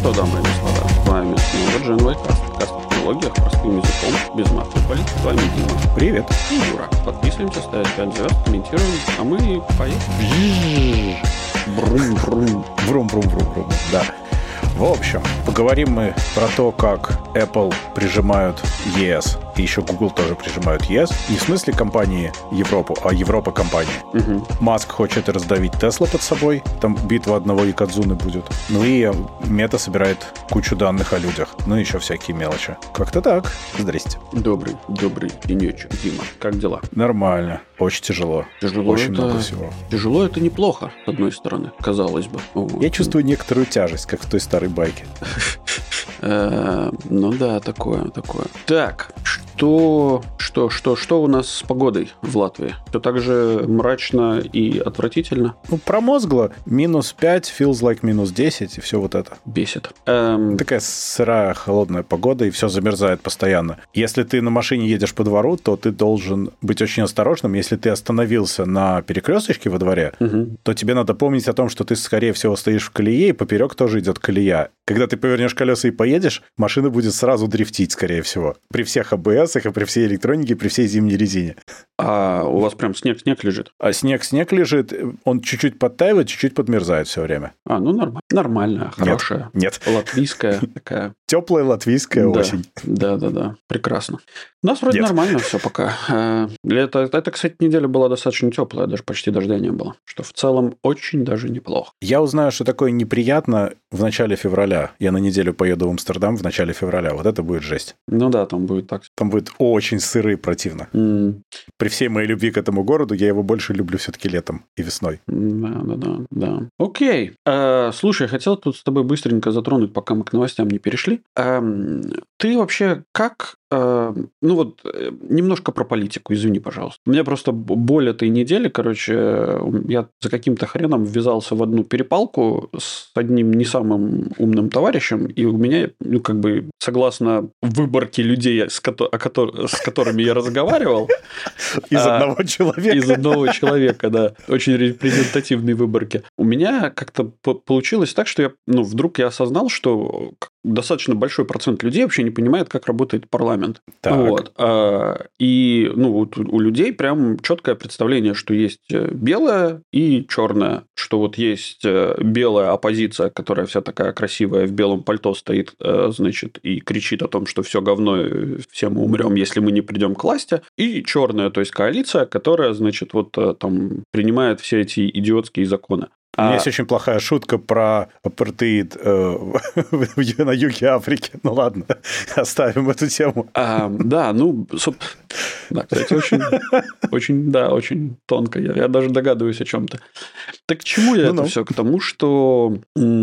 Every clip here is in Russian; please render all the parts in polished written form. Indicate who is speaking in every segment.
Speaker 1: что, дамы и господа, с вами снова Gen Y Cast, подкаст о технологиях простым языком, без маты и политики. С вами Дима.
Speaker 2: Привет.
Speaker 1: И Юра. Подписываемся, ставим 5 звезд, комментируем, а мы поехали.
Speaker 2: Брум-брум. Брум-брум-брум-брум. Да. В общем, поговорим мы про то, как Apple прижимают ЕС, и еще Google тоже прижимают ЕС. Не в смысле компании Европу, а Европа компании.
Speaker 1: Угу.
Speaker 2: Маск хочет раздавить Tesla под собой, там битва одного Якадзуны будет. Ну и Мета собирает кучу данных о людях. Ну и еще всякие мелочи. Как-то так. Здрасте.
Speaker 1: Добрый денечек, Дима. Как дела?
Speaker 2: Нормально. Очень тяжело.
Speaker 1: это...
Speaker 2: Очень много всего.
Speaker 1: Тяжело это неплохо, с одной стороны, казалось бы.
Speaker 2: Я чувствую некоторую тяжесть, как в той старой байке.
Speaker 1: Ну да, такое. Так, что у нас с погодой в Латвии? Все так же мрачно и отвратительно?
Speaker 2: Ну, промозгло. -5, feels like -10, и все вот это.
Speaker 1: Бесит.
Speaker 2: Такая сырая, холодная погода, и все замерзает постоянно. Если ты на машине едешь по двору, то ты должен быть очень осторожным. Если ты остановился на перекресточке во дворе, то тебе надо помнить о том, что ты, скорее всего, стоишь в колее, и поперек тоже идет колея. Когда ты повернешь колеса и поедешь, машина будет сразу дрифтить, скорее всего. При всех АБСах и при всей электронике, при всей зимней резине.
Speaker 1: А у вас прям снег лежит?
Speaker 2: А снег лежит, он чуть-чуть подтаивает, чуть-чуть подмерзает все время.
Speaker 1: Ну нормальная, хорошая.
Speaker 2: Нет.
Speaker 1: Латвийская такая.
Speaker 2: Теплая латвийская осень.
Speaker 1: Да. Прекрасно. У нас вроде нормально все пока. Это, кстати, неделя была достаточно теплая, даже почти дождя не было. Что в целом очень даже неплохо.
Speaker 2: Я узнаю, что такое неприятно в начале февраля. Я на неделю поеду в Амстердам в начале февраля. Вот это будет жесть.
Speaker 1: Ну да, там будет так.
Speaker 2: Там будет очень сыро и противно. При всей моей любви к этому городу, я его больше люблю все-таки летом и весной.
Speaker 1: Да. Окей. Слушай, я хотел тут с тобой быстренько затронуть, пока мы к новостям не перешли. Ты вообще как... немножко про политику, извини, пожалуйста. У меня просто боль этой недели, я за каким-то хреном ввязался в одну перепалку с одним не самым умным товарищем, и у меня, согласно выборке людей, с которыми я разговаривал...
Speaker 2: Из одного человека.
Speaker 1: Из одного человека, да. Очень репрезентативной выборки. У меня как-то получилось так, что вдруг я осознал, что достаточно большой процент людей вообще не понимает, как работает парламент. Вот. И у людей прям четкое представление, что есть белое и черное. Что вот есть белая оппозиция, которая вся такая красивая, в белом пальто стоит, и кричит о том, что все говно, все мы умрем, если мы не придем к власти. И черная, то есть коалиция, которая, принимает все эти идиотские законы.
Speaker 2: У меня есть очень плохая шутка про апартеид на юге Африки. Ну ладно, оставим эту тему.
Speaker 1: Кстати, очень тонко. Я даже догадываюсь о чем-то. Так к чему я это все? К тому, что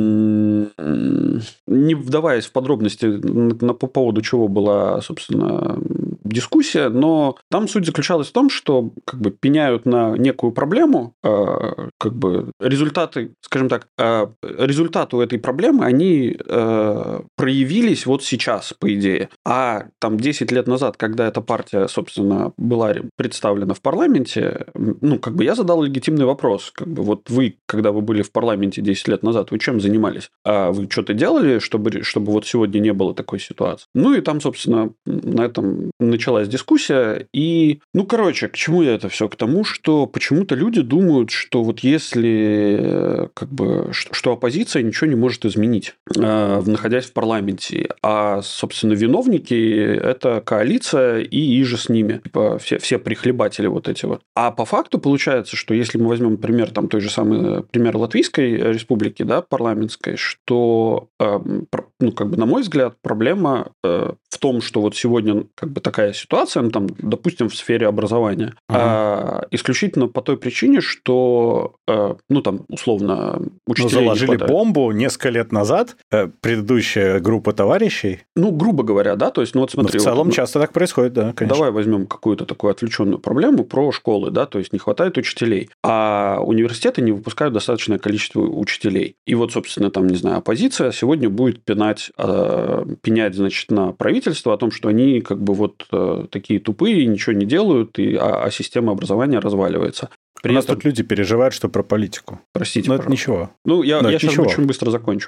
Speaker 1: не вдаваясь в подробности, по поводу чего была, собственно, дискуссия, но там суть заключалась в том, что пеняют на некую проблему, результаты, скажем так, результаты этой проблемы, они проявились вот сейчас, по идее. А там 10 лет назад, когда эта партия, собственно, была представлена в парламенте, я задал легитимный вопрос. Вот вы, когда вы были в парламенте 10 лет назад, вы чем занимались? А вы что-то делали, чтобы вот сегодня не было такой ситуации? Ну, и там, собственно, на этом началась дискуссия. И, к чему я это все? К тому, что почему-то люди думают, что вот если что оппозиция ничего не может изменить, находясь в парламенте. А, собственно, виновники – это коалиция и иже с ними. Все прихлебатели вот эти вот. А по факту получается, что если мы возьмем пример, той же самый пример Латвийской республики, да, парламентской, что, на мой взгляд, проблема в том, что вот сегодня такая ситуация, допустим, в сфере образования, исключительно по той причине, что, условно, учителей
Speaker 2: заложили бомбу несколько лет назад, предыдущая группа товарищей.
Speaker 1: Грубо говоря, да, то есть, смотри.
Speaker 2: В целом часто так происходит, да, конечно.
Speaker 1: Давай возьмем какую-то такую отвлеченную проблему про школы, да, то есть, не хватает учителей, а университеты не выпускают достаточное количество учителей. И вот, собственно, оппозиция сегодня будет пенять, на правительство о том, что они такие тупые, ничего не делают, а система образования разваливается.
Speaker 2: У нас тут люди переживают, что про политику.
Speaker 1: Простите,
Speaker 2: но это ничего.
Speaker 1: Я сейчас очень быстро закончу.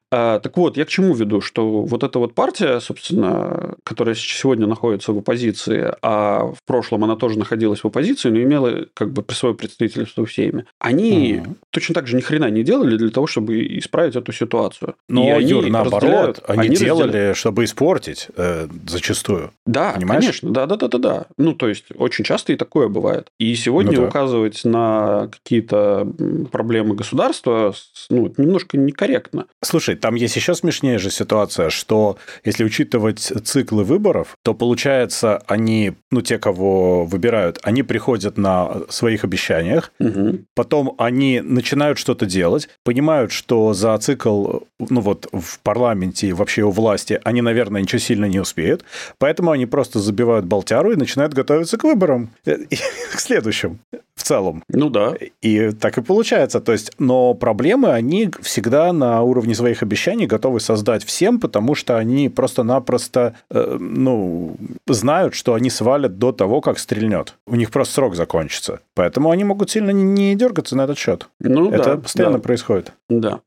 Speaker 1: Так вот, я к чему веду, что вот эта вот партия, собственно, которая сегодня находится в оппозиции, а в прошлом она тоже находилась в оппозиции, но имела как бы свое представительство в Сейме, они точно так же ни хрена не делали для того, чтобы исправить эту ситуацию.
Speaker 2: Но, Юр, наоборот, они делали, чтобы испортить зачастую.
Speaker 1: Да,
Speaker 2: понимаешь?
Speaker 1: Конечно, да. Ну, то есть, очень часто и такое бывает. И сегодня указывать на какие-то проблемы государства, ну, немножко некорректно.
Speaker 2: Слушай, там есть еще смешнее же ситуация, что если учитывать циклы выборов, то получается, они, ну, те, кого выбирают, они приходят на своих обещаниях, потом они начинают что-то делать, понимают, что за цикл, ну, вот в парламенте и вообще у власти они, наверное, ничего сильно не успеют, поэтому они просто забивают болтяру и начинают готовиться к выборам, к следующим в целом.
Speaker 1: Ну да.
Speaker 2: И так и получается. То есть, но проблемы они всегда на уровне своих обещаний готовы создать всем, потому что они просто-напросто знают, что они свалят до того, как стрельнет. У них просто срок закончится. Поэтому они могут сильно не дергаться на этот счет.
Speaker 1: Ну,
Speaker 2: это постоянно происходит.
Speaker 1: Да.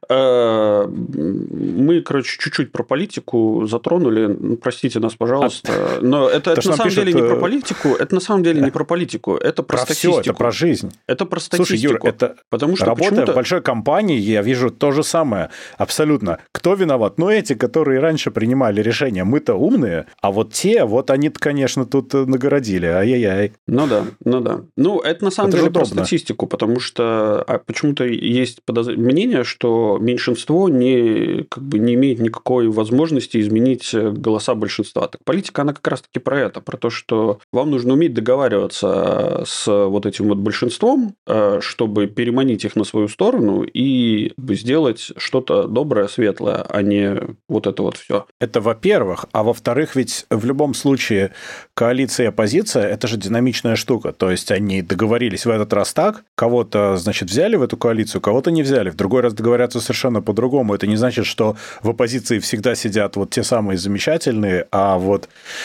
Speaker 1: Мы, короче, чуть-чуть про политику затронули. Простите нас, пожалуйста. Но это на самом деле не про политику. Это на самом деле не про политику. Это про статистику.
Speaker 2: Все, это про жизнь.
Speaker 1: Это про статистику.
Speaker 2: Слушай, Юр, это
Speaker 1: потому что
Speaker 2: работая в большой компании, я вижу то же самое. Абсолютно. Кто виноват? Ну, эти, которые раньше принимали решения. Мы-то умные, а вот те, вот они-то, конечно, тут нагородили. Ай-яй-яй.
Speaker 1: Ну да. Ну, это на самом деле про статистику, потому что почему-то есть мнение, что меньшинство не имеет никакой возможности изменить голоса большинства. Так политика, она как раз-таки про это, про то, что вам нужно уметь договариваться с вот этим вот большинством, чтобы переманить их на свою сторону и сделать что-то доброе, светлое, а не вот это вот все.
Speaker 2: Это во-первых. А во-вторых, ведь в любом случае коалиция и оппозиция – это же динамичная штука. То есть, они договорились в этот раз так, кого-то, значит, взяли в эту коалицию, кого-то не взяли. В другой раз договорятся совершенно по-другому. Это не значит, что в оппозиции всегда сидят вот те самые замечательные, а вот...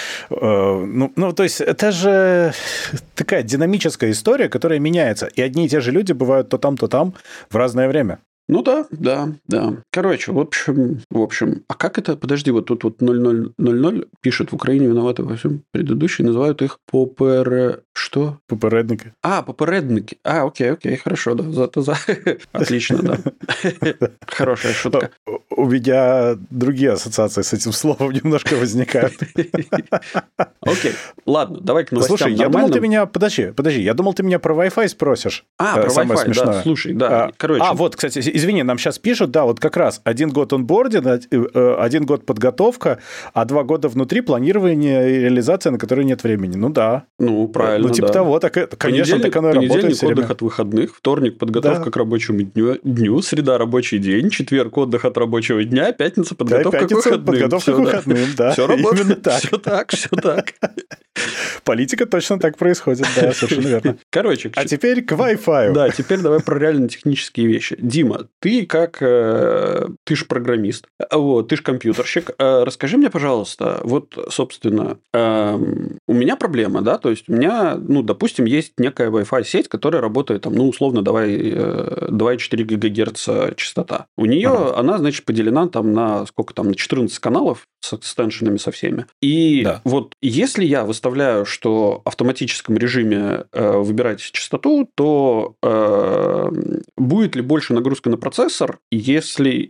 Speaker 2: то есть, это же такая динамическая история, которая меняется. И одни и те же люди бывают то там в разное время.
Speaker 1: Ну да. Короче, в общем, а как это? Подожди, вот тут вот 0000 пишет, в Украине виноваты во всем. Предыдущие называют их что?
Speaker 2: Попередники.
Speaker 1: Попередники. Окей, хорошо, да. За. Отлично, да. Хорошая шутка.
Speaker 2: У меня другие ассоциации с этим словом немножко возникают.
Speaker 1: Окей, ладно, давай к новостям.
Speaker 2: Слушай, я думал, ты меня... Подожди, я думал, ты меня про Wi-Fi спросишь.
Speaker 1: Про Wi-Fi, да, слушай, да. Короче.
Speaker 2: Вот, кстати, извини, нам сейчас пишут, да, вот как раз 1 год онбординг, 1 год подготовка, а 2 года внутри планирование и реализация, на которые нет времени. Ну да.
Speaker 1: Ну, правильно,
Speaker 2: типа того, так, конечно, так оно и работает все время.
Speaker 1: Понедельник отдых от выходных, вторник подготовка к рабочему дню, среда рабочий день, четверг отдых от рабочего дня, пятница подготовка к выходным.
Speaker 2: Подготовка к выходным, да.
Speaker 1: Все работает, все так.
Speaker 2: Политика точно так происходит, да, совершенно верно.
Speaker 1: Короче.
Speaker 2: А теперь к Wi-Fi.
Speaker 1: Да, теперь давай про реально технические вещи. Дима, ты ты же программист, вот, ты же компьютерщик. Расскажи мне, пожалуйста, вот, собственно, у меня проблема, да, то есть у меня, допустим, есть некая Wi-Fi сеть, которая работает там, условно, давай 2,4 ГГц частота. У нее она, значит, поделена там на сколько там, на 14 каналов с экстеншенами со всеми. И вот если я выставляю, что в автоматическом режиме выбирать частоту, то будет ли больше нагрузка на процессор, если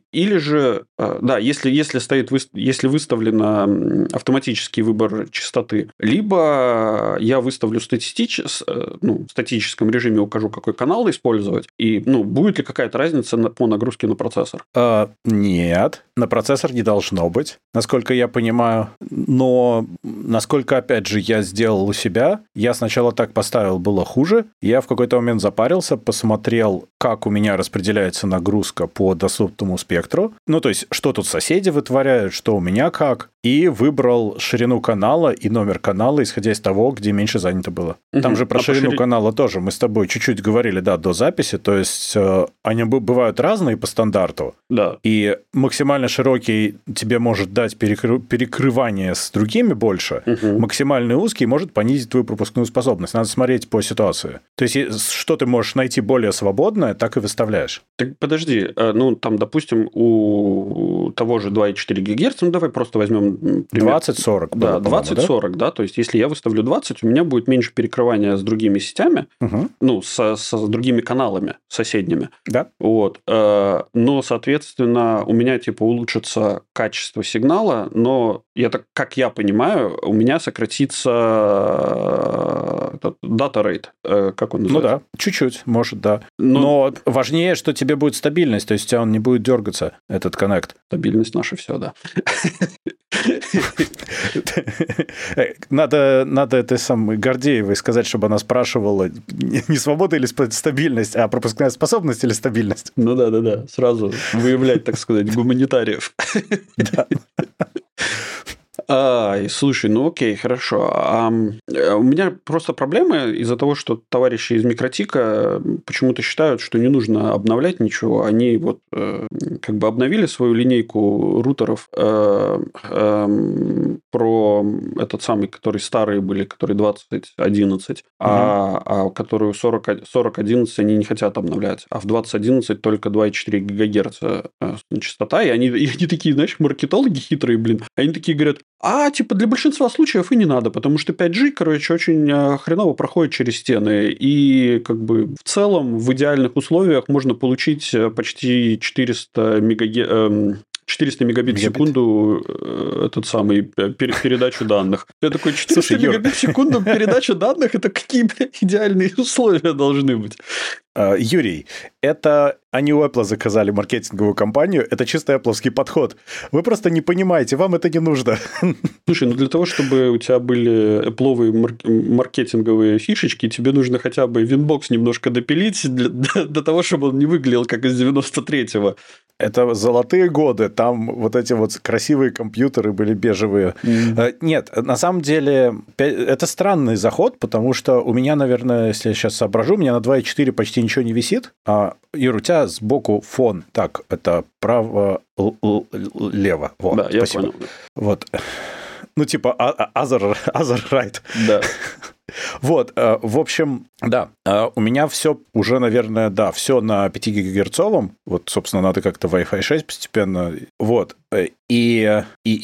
Speaker 1: выставлен автоматический выбор частоты, либо я выставлю в статическом режиме, укажу, какой канал использовать, и будет ли какая-то разница по нагрузке на процессор?
Speaker 2: Нет, на процессор не должно быть, насколько я понимаю. Но насколько, опять же, я сделал у себя, я сначала так поставил, было хуже. Я в какой-то момент запарился, посмотрел, как у меня распределяется нагрузка по доступному спектру. То есть, что тут соседи вытворяют, что у меня как. И выбрал ширину канала и номер канала, исходя из того, где меньше занято было. Там же про ширину канала тоже мы с тобой чуть-чуть говорили, да, до записи. То есть, они бывают разные по стандарту.
Speaker 1: Да.
Speaker 2: И максимально широкий тебе может дать перекрывание с другими больше. Максимально узкий может может понизить твою пропускную способность. Надо смотреть по ситуации. То есть, что ты можешь найти более свободное, так и выставляешь.
Speaker 1: Так подожди, ну, там, допустим, у того же 2,4 ГГц, ну, давай просто возьмем...
Speaker 2: 20-40.
Speaker 1: Да, 20-40, да? То есть, если я выставлю 20, у меня будет меньше перекрывания с другими сетями, ну, с другими каналами соседними.
Speaker 2: Да.
Speaker 1: Вот. Но, соответственно, у меня, типа, улучшится качество сигнала, но, как я понимаю, у меня сократится data rate, как он называется?
Speaker 2: Ну да, чуть-чуть, может, да. Но важнее, что тебе будет стабильность, то есть у тебя он не будет дергаться, этот коннект.
Speaker 1: Стабильность наше все, да.
Speaker 2: Надо этой самой Гордеевой сказать, чтобы она спрашивала, не свобода или стабильность, а пропускная способность или стабильность.
Speaker 1: Ну да, сразу выявлять, так сказать, гуманитариев.
Speaker 2: Да.
Speaker 1: Слушай, ну окей, хорошо. У меня просто проблема из-за того, что товарищи из Микротика почему-то считают, что не нужно обновлять ничего. Они вот как бы обновили свою линейку рутеров про этот самый, которые старые были, которые 2011, а которую 4011 они не хотят обновлять. А в 2011 только 2,4 ГГц частота. И они такие, знаешь, маркетологи хитрые, они такие говорят, типа, для большинства случаев и не надо, потому что 5G, короче, очень хреново проходит через стены. И, как бы, в целом, в идеальных условиях можно получить почти 400 мегабит в секунду этот самый передачу данных. Я такой, 400 мегабит в секунду передача данных, это какие, блядь, идеальные условия должны быть?
Speaker 2: Юрий, это они у Apple заказали маркетинговую кампанию, это чисто Apple'овский подход. Вы просто не понимаете, вам это не нужно.
Speaker 1: Слушай, ну для того, чтобы у тебя были Apple'овые маркетинговые фишечки, тебе нужно хотя бы Winbox немножко допилить для того, чтобы он не выглядел как из 93-го.
Speaker 2: Это золотые годы, там вот эти вот красивые компьютеры были бежевые. Нет, на самом деле, это странный заход, потому что у меня, наверное, если я сейчас соображу, у меня на 2.4 почти ничего не висит. Юр, у тебя сбоку фон. Так, это право-лево. Вот,
Speaker 1: да,
Speaker 2: спасибо.
Speaker 1: Я понял.
Speaker 2: Вот. Ну, типа other right.
Speaker 1: Да.
Speaker 2: Вот, в общем, да, у меня все уже, наверное, да, все на 5 гигагерцовом. Вот, собственно, надо как-то Wi-Fi 6 постепенно. Вот. И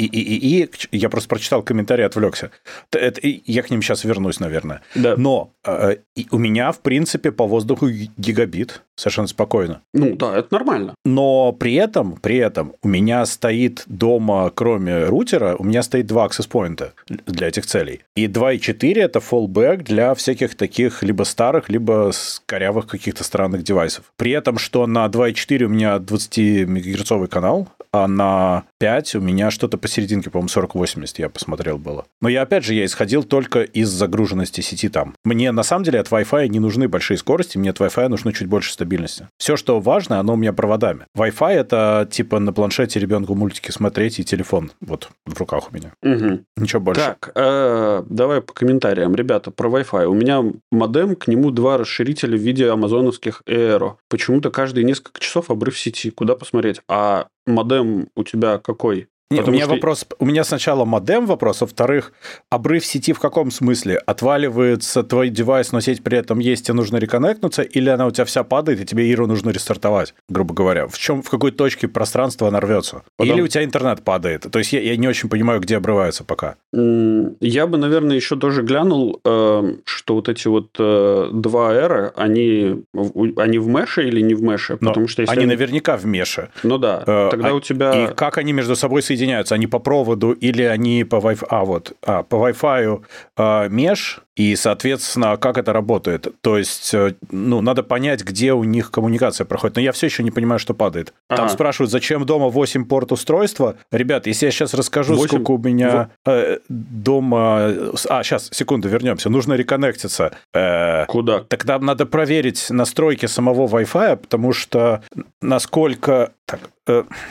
Speaker 2: я просто прочитал комментарий, отвлекся. Я к ним сейчас вернусь, наверное.
Speaker 1: Да.
Speaker 2: Но у меня, в принципе, по воздуху гигабит совершенно спокойно.
Speaker 1: Ну, да, это нормально.
Speaker 2: Но при этом у меня стоит дома, кроме рутера, у меня стоит 2 access point для этих целей. И 2.4 – это fallback для всяких таких либо старых, либо корявых каких-то странных девайсов. При этом, что на 2.4 у меня 20-мегагерцовый канал, а на 5 у меня что-то посерединке, по-моему, 4080 я посмотрел было. Но я исходил только из загруженности сети там. Мне, на самом деле, от Wi-Fi не нужны большие скорости, мне от Wi-Fi нужно чуть больше стабильности. Все, что важно, оно у меня проводами. Wi-Fi — это типа на планшете ребенку мультики смотреть и телефон вот в руках у меня.
Speaker 1: Угу.
Speaker 2: Ничего больше.
Speaker 1: Так, давай по комментариям. Ребята, про Wi-Fi. У меня модем, к нему 2 расширителя в виде амазоновских Aero. Почему-то каждые несколько часов обрыв сети. Куда посмотреть? А модем у тебя какой?
Speaker 2: Нет, у меня сначала модем вопрос, во-вторых, обрыв сети в каком смысле? Отваливается твой девайс, но сеть при этом есть, тебе нужно реконнектнуться, или она у тебя вся падает, и тебе Иру нужно рестартовать, грубо говоря? В какой точке пространства она рвется? Или у тебя интернет падает? То есть я не очень понимаю, где обрывается пока.
Speaker 1: Я бы, наверное, еще тоже глянул, что вот эти вот 2 эра, они в меше или не в меше?
Speaker 2: Потому что если они наверняка в меше.
Speaker 1: Ну да, тогда у тебя...
Speaker 2: И как они между собой соединяются? Они по проводу или они по Wi-Fi? По Wi-Fi меш, и, соответственно, как это работает? То есть, надо понять, где у них коммуникация проходит. Но я все еще не понимаю, что падает. Там спрашивают, зачем дома 8 порт устройства? Ребят, если я сейчас расскажу, 8... сколько у меня дома... сейчас, секунду, вернемся. Нужно реконнектиться.
Speaker 1: Куда?
Speaker 2: Тогда надо проверить настройки самого Wi-Fi, потому что насколько...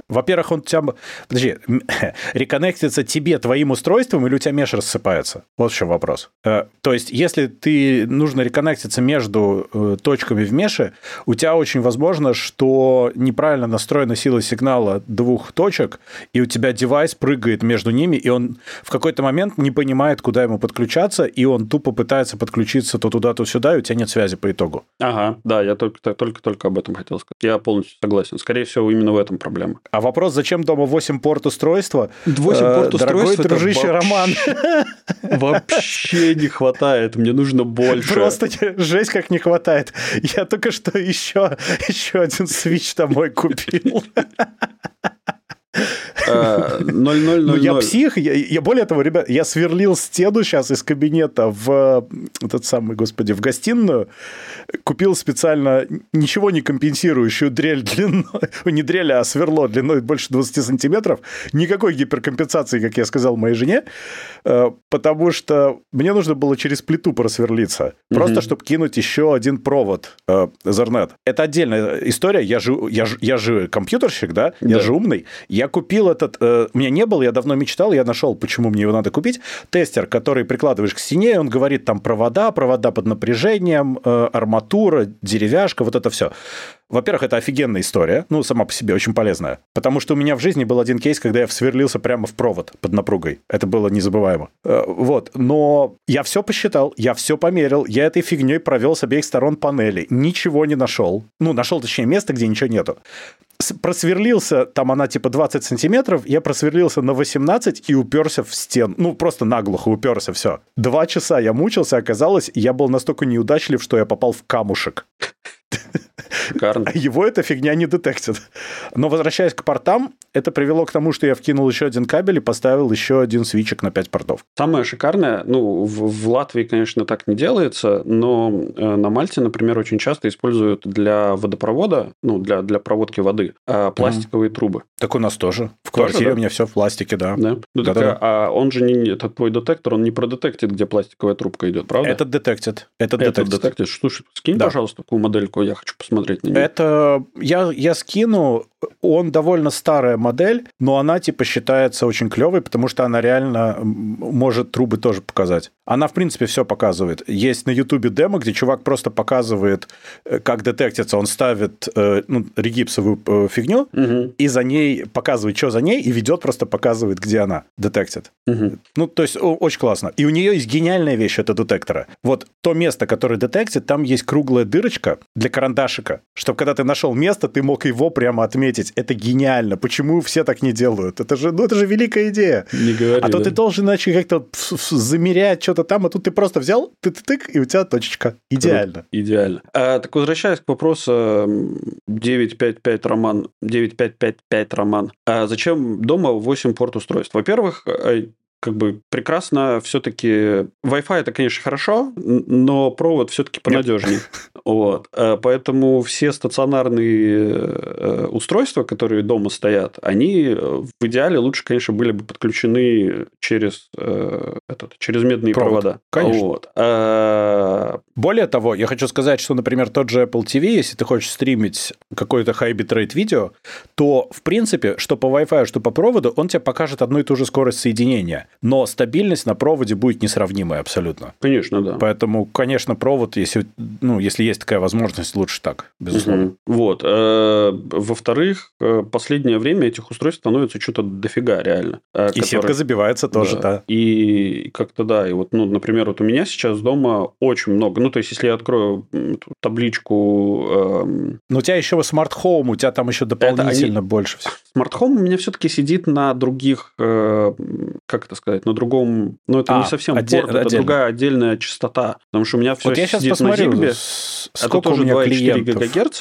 Speaker 2: Во-первых, он у тебя... Подожди, реконнектится тебе твоим устройством или у тебя меш рассыпается? Вот в чем вопрос. То есть, если ты нужно реконнектиться между точками в меше, у тебя очень возможно, что неправильно настроена сила сигнала двух точек, и у тебя девайс прыгает между ними, и он в какой-то момент не понимает, куда ему подключаться, и он тупо пытается подключиться то туда, то сюда, и у тебя нет связи по итогу.
Speaker 1: Ага, да, я только об этом хотел сказать. Я полностью согласен. Скорее всего, именно в этом проблема.
Speaker 2: А вопрос, зачем дома 8 порт устройства?
Speaker 1: 8 порт устройства?
Speaker 2: Дорогой дружище Роман.
Speaker 1: Вообще не хватает, мне нужно больше.
Speaker 2: Просто жесть как не хватает. Я только что еще один свич домой купил.
Speaker 1: 0,000.
Speaker 2: Я псих, я более того, ребят, я сверлил стену сейчас из кабинета в в гостиную, купил специально ничего не компенсирующую дрель длиной, не дрель, а сверло длиной больше 20 сантиметров, никакой гиперкомпенсации, как я сказал моей жене, потому что мне нужно было через плиту просверлиться, просто чтобы кинуть еще один провод Ethernet. Это отдельная история, я же компьютерщик, да, я же умный, я купил этот... У меня не было, я давно мечтал, я нашел, почему мне его надо купить. Тестер, который прикладываешь к стене, он говорит, там провода под напряжением, арматура, деревяшка, вот это все. Во-первых, это офигенная история, сама по себе очень полезная, потому что у меня в жизни был один кейс, когда я сверлился прямо в провод под напругой. Это было незабываемо. Вот, но я все посчитал, я все померил, я этой фигней провел с обеих сторон панели, ничего не нашел. Нашел, точнее, место, где ничего нету. Просверлился, там она типа 20 сантиметров, я просверлился на 18 и уперся в стену. Просто наглухо уперся, все. 2 часа я мучился, оказалось, я был настолько неудачлив, что я попал в камушек.
Speaker 1: Шикарно.
Speaker 2: А его эта фигня не детектит. Но возвращаясь к портам, это привело к тому, что я вкинул еще один кабель и поставил еще один свитчик на 5 портов.
Speaker 1: Самое шикарное, в Латвии, конечно, так не делается, но на Мальте, например, очень часто используют для водопровода, для проводки воды, пластиковые трубы.
Speaker 2: Так у нас тоже. В квартире у меня все в пластике, да.
Speaker 1: А он же этот твой детектор, он не продетектит, где пластиковая трубка идет, правда?
Speaker 2: Этот детектит.
Speaker 1: Слушай, скинь, пожалуйста, такую модельку, я хочу посмотреть на нее.
Speaker 2: Это я скину. Он довольно старая модель, но она типа считается очень клевой, потому что она реально может трубы тоже показать. Она, в принципе, все показывает. Есть на Ютубе демо, где чувак просто показывает, как детектится. Он ставит регипсовую фигню, и за ней показывает, что за ней, и ведет, просто показывает, где она детектит. То есть, очень классно. И у нее есть гениальная вещь, это детектора. Вот то место, которое детектит, там есть круглая дырочка для карандашика, чтобы когда ты нашел место, ты мог его прямо отметить. Это гениально. Почему все так не делают? Это же великая идея.
Speaker 1: Не говори,
Speaker 2: то ты должен иначе как-то замерять что-то там, а тут ты просто взял, тык, и у тебя точечка. Идеально.
Speaker 1: Идеально. Так, возвращаясь к вопросу 955 Роман. Зачем дома 8 порт устройств? Во-первых, прекрасно все-таки... Wi-Fi это, конечно, хорошо, но провод все-таки понадежнее. Вот. Поэтому все стационарные устройства, которые дома стоят, они в идеале лучше, конечно, были бы подключены через медные провода.
Speaker 2: Конечно.
Speaker 1: Вот.
Speaker 2: Более того, я хочу сказать, что, например, тот же Apple TV, если ты хочешь стримить какое-то high-bitrate видео, то, в принципе, что по Wi-Fi, что по проводу, он тебе покажет одну и ту же скорость соединения. Но стабильность на проводе будет несравнимая абсолютно.
Speaker 1: Конечно, да.
Speaker 2: Поэтому, конечно, провод, если есть такая возможность, лучше так, безусловно.
Speaker 1: Вот. Во-вторых, последнее время этих устройств становится что-то дофига реально.
Speaker 2: И сетка забивается тоже, да.
Speaker 1: И как-то, да. И например, у меня сейчас дома очень много. То есть, если я открою табличку...
Speaker 2: Но у тебя еще Smart Home, у тебя там еще дополнительно больше всего.
Speaker 1: Smart Home у меня все-таки сидит на других... Как это сказать? На другом... это не совсем порт, это другая отдельная частота. Потому что у меня все сидит на Zigbee. Это тоже 2,4 ГГц.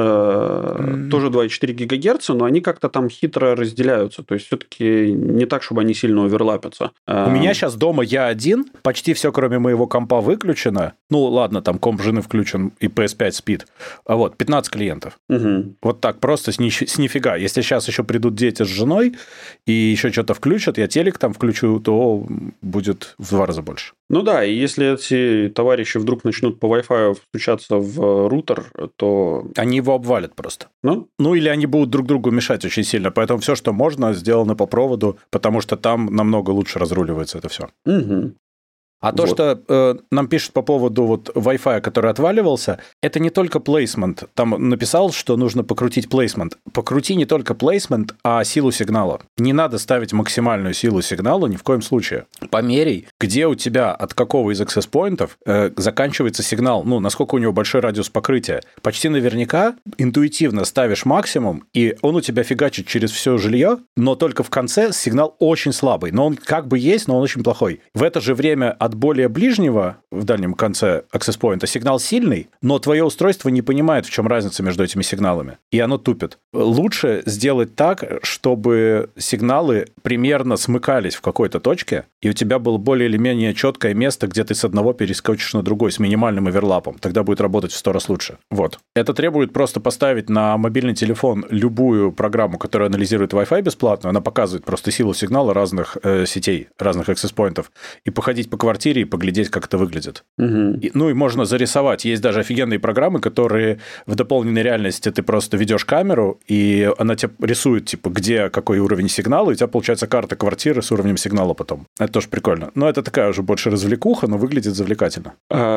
Speaker 1: Тоже 2,4 ГГц, но они как-то там хитро разделяются. То есть, все-таки не так, чтобы они сильно оверлапятся.
Speaker 2: У меня сейчас дома я один, почти все, кроме моего компа, выключено. Ладно, там комп жены включен и PS5 спит. 15 клиентов. Вот так, просто с нифига. Если сейчас еще придут дети с женой и еще что-то включат, я телек там включу то будет в 2 раза больше.
Speaker 1: Ну да, и если эти товарищи вдруг начнут по Wi-Fi стучаться в рутер, то...
Speaker 2: Они его обвалят просто. Ну, или они будут друг другу мешать очень сильно. Поэтому все, что можно, сделано по проводу, потому что там намного лучше разруливается это все.
Speaker 1: Угу.
Speaker 2: А то, что нам пишут по поводу вот Wi-Fi, который отваливался, это не только плейсмент. Там написал, что нужно покрутить плейсмент. Покрути не только плейсмент, а силу сигнала. Не надо ставить максимальную силу сигнала ни в коем случае. Померяй, где у тебя от какого из access-поинтов заканчивается сигнал, ну, насколько у него большой радиус покрытия. Почти наверняка интуитивно ставишь максимум, и он у тебя фигачит через все жилье, но только в конце сигнал очень слабый. Но он как бы есть, но он очень плохой. В это же время от более ближнего, в дальнем конце access point, сигнал сильный, но твое устройство не понимает, в чем разница между этими сигналами, и оно тупит. Лучше сделать так, чтобы сигналы примерно смыкались в какой-то точке, и у тебя было более или менее четкое место, где ты с одного перескочишь на другой с минимальным оверлапом. Тогда будет работать в 100 раз лучше. Вот. Это требует просто поставить на мобильный телефон любую программу, которая анализирует Wi-Fi бесплатно, она показывает просто силу сигнала разных сетей, разных access-поинтов, и походить по квартире и поглядеть, как это выглядит.
Speaker 1: Угу.
Speaker 2: И можно зарисовать. Есть даже офигенные программы, которые в дополненной реальности ты просто ведешь камеру, и она тебе рисует, типа, где какой уровень сигнала, и у тебя получается карта квартиры с уровнем сигнала потом. Это тоже прикольно. Но это такая уже больше развлекуха, но выглядит завлекательно.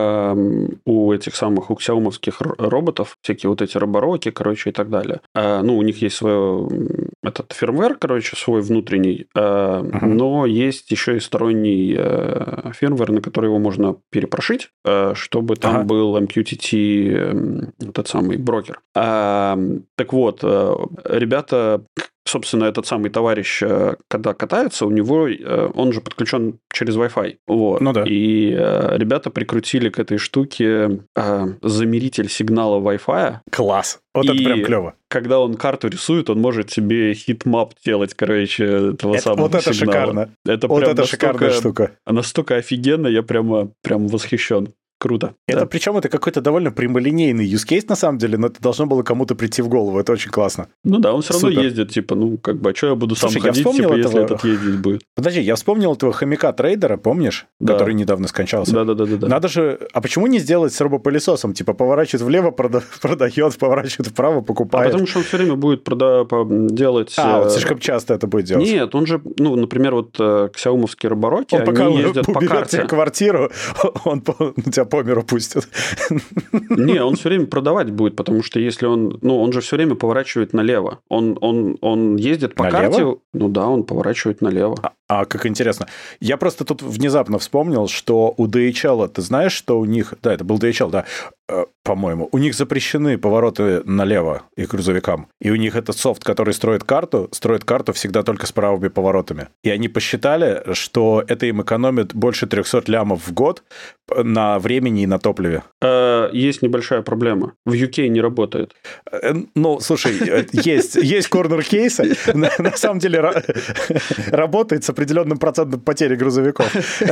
Speaker 1: У этих самых, у ксяомовских роботов, всякие вот эти робороки, короче, и так далее. У них есть свой этот фирмвер, короче, свой внутренний, но есть еще и сторонний фирмвер, на который его можно перепрошить, чтобы там был MQTT, тот самый брокер. Так вот, ребята, собственно, этот самый товарищ, когда катается, у него, он же подключен через Wi-Fi. Вот.
Speaker 2: Ну да.
Speaker 1: И ребята прикрутили к этой штуке замеритель сигнала Wi-Fi.
Speaker 2: Класс. Вот это прям клево.
Speaker 1: Когда он карту рисует, он может себе хит-мап делать, короче, этого самого
Speaker 2: вот это
Speaker 1: сигнала.
Speaker 2: Шикарно.
Speaker 1: Это
Speaker 2: вот
Speaker 1: прям
Speaker 2: это шикарная штука.
Speaker 1: Настолько офигенно, я прям восхищен. Круто.
Speaker 2: Причем это какой-то довольно прямолинейный use case, на самом деле, но это должно было кому-то прийти в голову. Это очень классно.
Speaker 1: Ну да, он все равно ездит, типа, а что я буду сам ходить, типа, если этот ездить будет?
Speaker 2: Подожди, я вспомнил этого хомяка-трейдера, помнишь? Да. Который недавно скончался.
Speaker 1: Да.
Speaker 2: Надо же... А почему не сделать с робопылесосом? Типа, поворачивает влево, продает, поворачивает вправо, покупает.
Speaker 1: Потому что он все время будет делать...
Speaker 2: вот слишком часто это будет делать.
Speaker 1: Нет, он же, например, вот ксяомовские робороки, они ездят по карте.
Speaker 2: Тебе квартиру, он тебя по миру пустит.
Speaker 1: Не, он все время продавать будет, потому что если он же все время поворачивает налево. Он ездит по карте. Ну да, он поворачивает налево.
Speaker 2: Как интересно. Я просто тут внезапно вспомнил, что у DHL, ты знаешь, что у них... Да, это был DHL, да, по-моему. У них запрещены повороты налево их грузовикам. И у них этот софт, который строит карту всегда только с правыми поворотами. И они посчитали, что это им экономит больше 300 лямов в год на времени и на топливе.
Speaker 1: Есть небольшая проблема. В UK не работает.
Speaker 2: Ну, слушай, есть корнер-кейсы. На самом деле работает с определенным процентом потери грузовиков.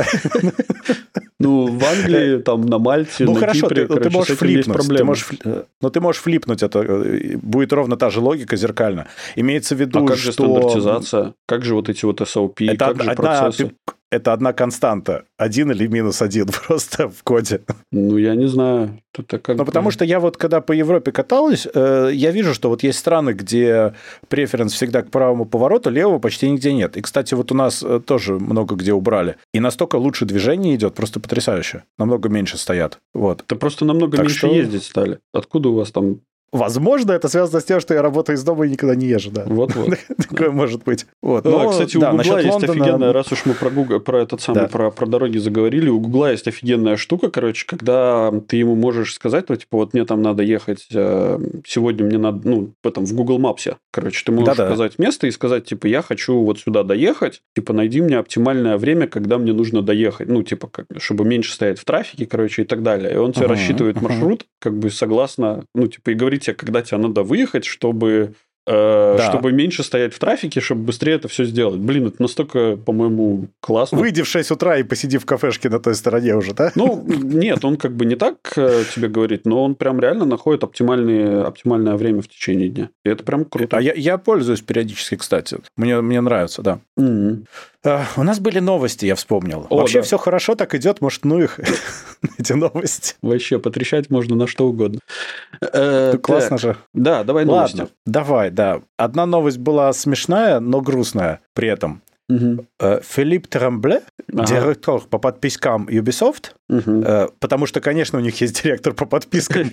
Speaker 1: Ну, в Англии, там, на Мальте, на Кипре,
Speaker 2: ты можешь флипнуть. Ты можешь флипнуть, это будет ровно та же логика зеркально. Имеется в виду,
Speaker 1: как же стандартизация? Как же вот эти вот SOP? Как же процессы?
Speaker 2: Это одна константа. 1 или -1 просто в коде.
Speaker 1: Ну, я не знаю.
Speaker 2: Потому что я вот, когда по Европе каталась, я вижу, что вот есть страны, где преференс всегда к правому повороту, левого почти нигде нет. И, кстати, вот у нас тоже много где убрали. И настолько лучше движение идет, просто потрясающе. Намного меньше стоят. Вот.
Speaker 1: Это просто намного меньше ездить стали. Откуда у вас там...
Speaker 2: Возможно, это связано с тем, что я работаю из дома и никогда не езжу, да.
Speaker 1: Вот-вот.
Speaker 2: Такое может быть.
Speaker 1: Кстати, у Гугла есть офигенная, раз уж мы про дороги заговорили, у Гугла есть офигенная штука, короче, когда ты ему можешь сказать, типа, вот мне там надо ехать, сегодня мне надо, в Google Maps, короче, ты можешь сказать место и сказать, типа, я хочу вот сюда доехать, типа, найди мне оптимальное время, когда мне нужно доехать, чтобы меньше стоять в трафике, короче, и так далее. И он тебе рассчитывает маршрут, как бы согласно, и говорит тебе, когда тебе надо выехать, чтобы чтобы меньше стоять в трафике, чтобы быстрее это все сделать. Блин, это настолько, по-моему, классно.
Speaker 2: Выйди в 6 утра и посиди в кафешке на той стороне уже, да?
Speaker 1: Ну, нет, он как бы не так тебе говорит, но он прям реально находит оптимальное время в течение дня. И это прям круто.
Speaker 2: А я пользуюсь периодически, кстати. Мне нравится, да. У нас были новости, я вспомнил. Вообще все хорошо так идет, может, ну их, эти новости.
Speaker 1: Вообще, потрещать можно на что угодно.
Speaker 2: Классно же.
Speaker 1: Да, давай новости.
Speaker 2: Ладно, давай, да. Одна новость была смешная, но грустная при этом. Филипп Трамбле, директор по подпискам Ubisoft, потому что, конечно, у них есть директор по подпискам,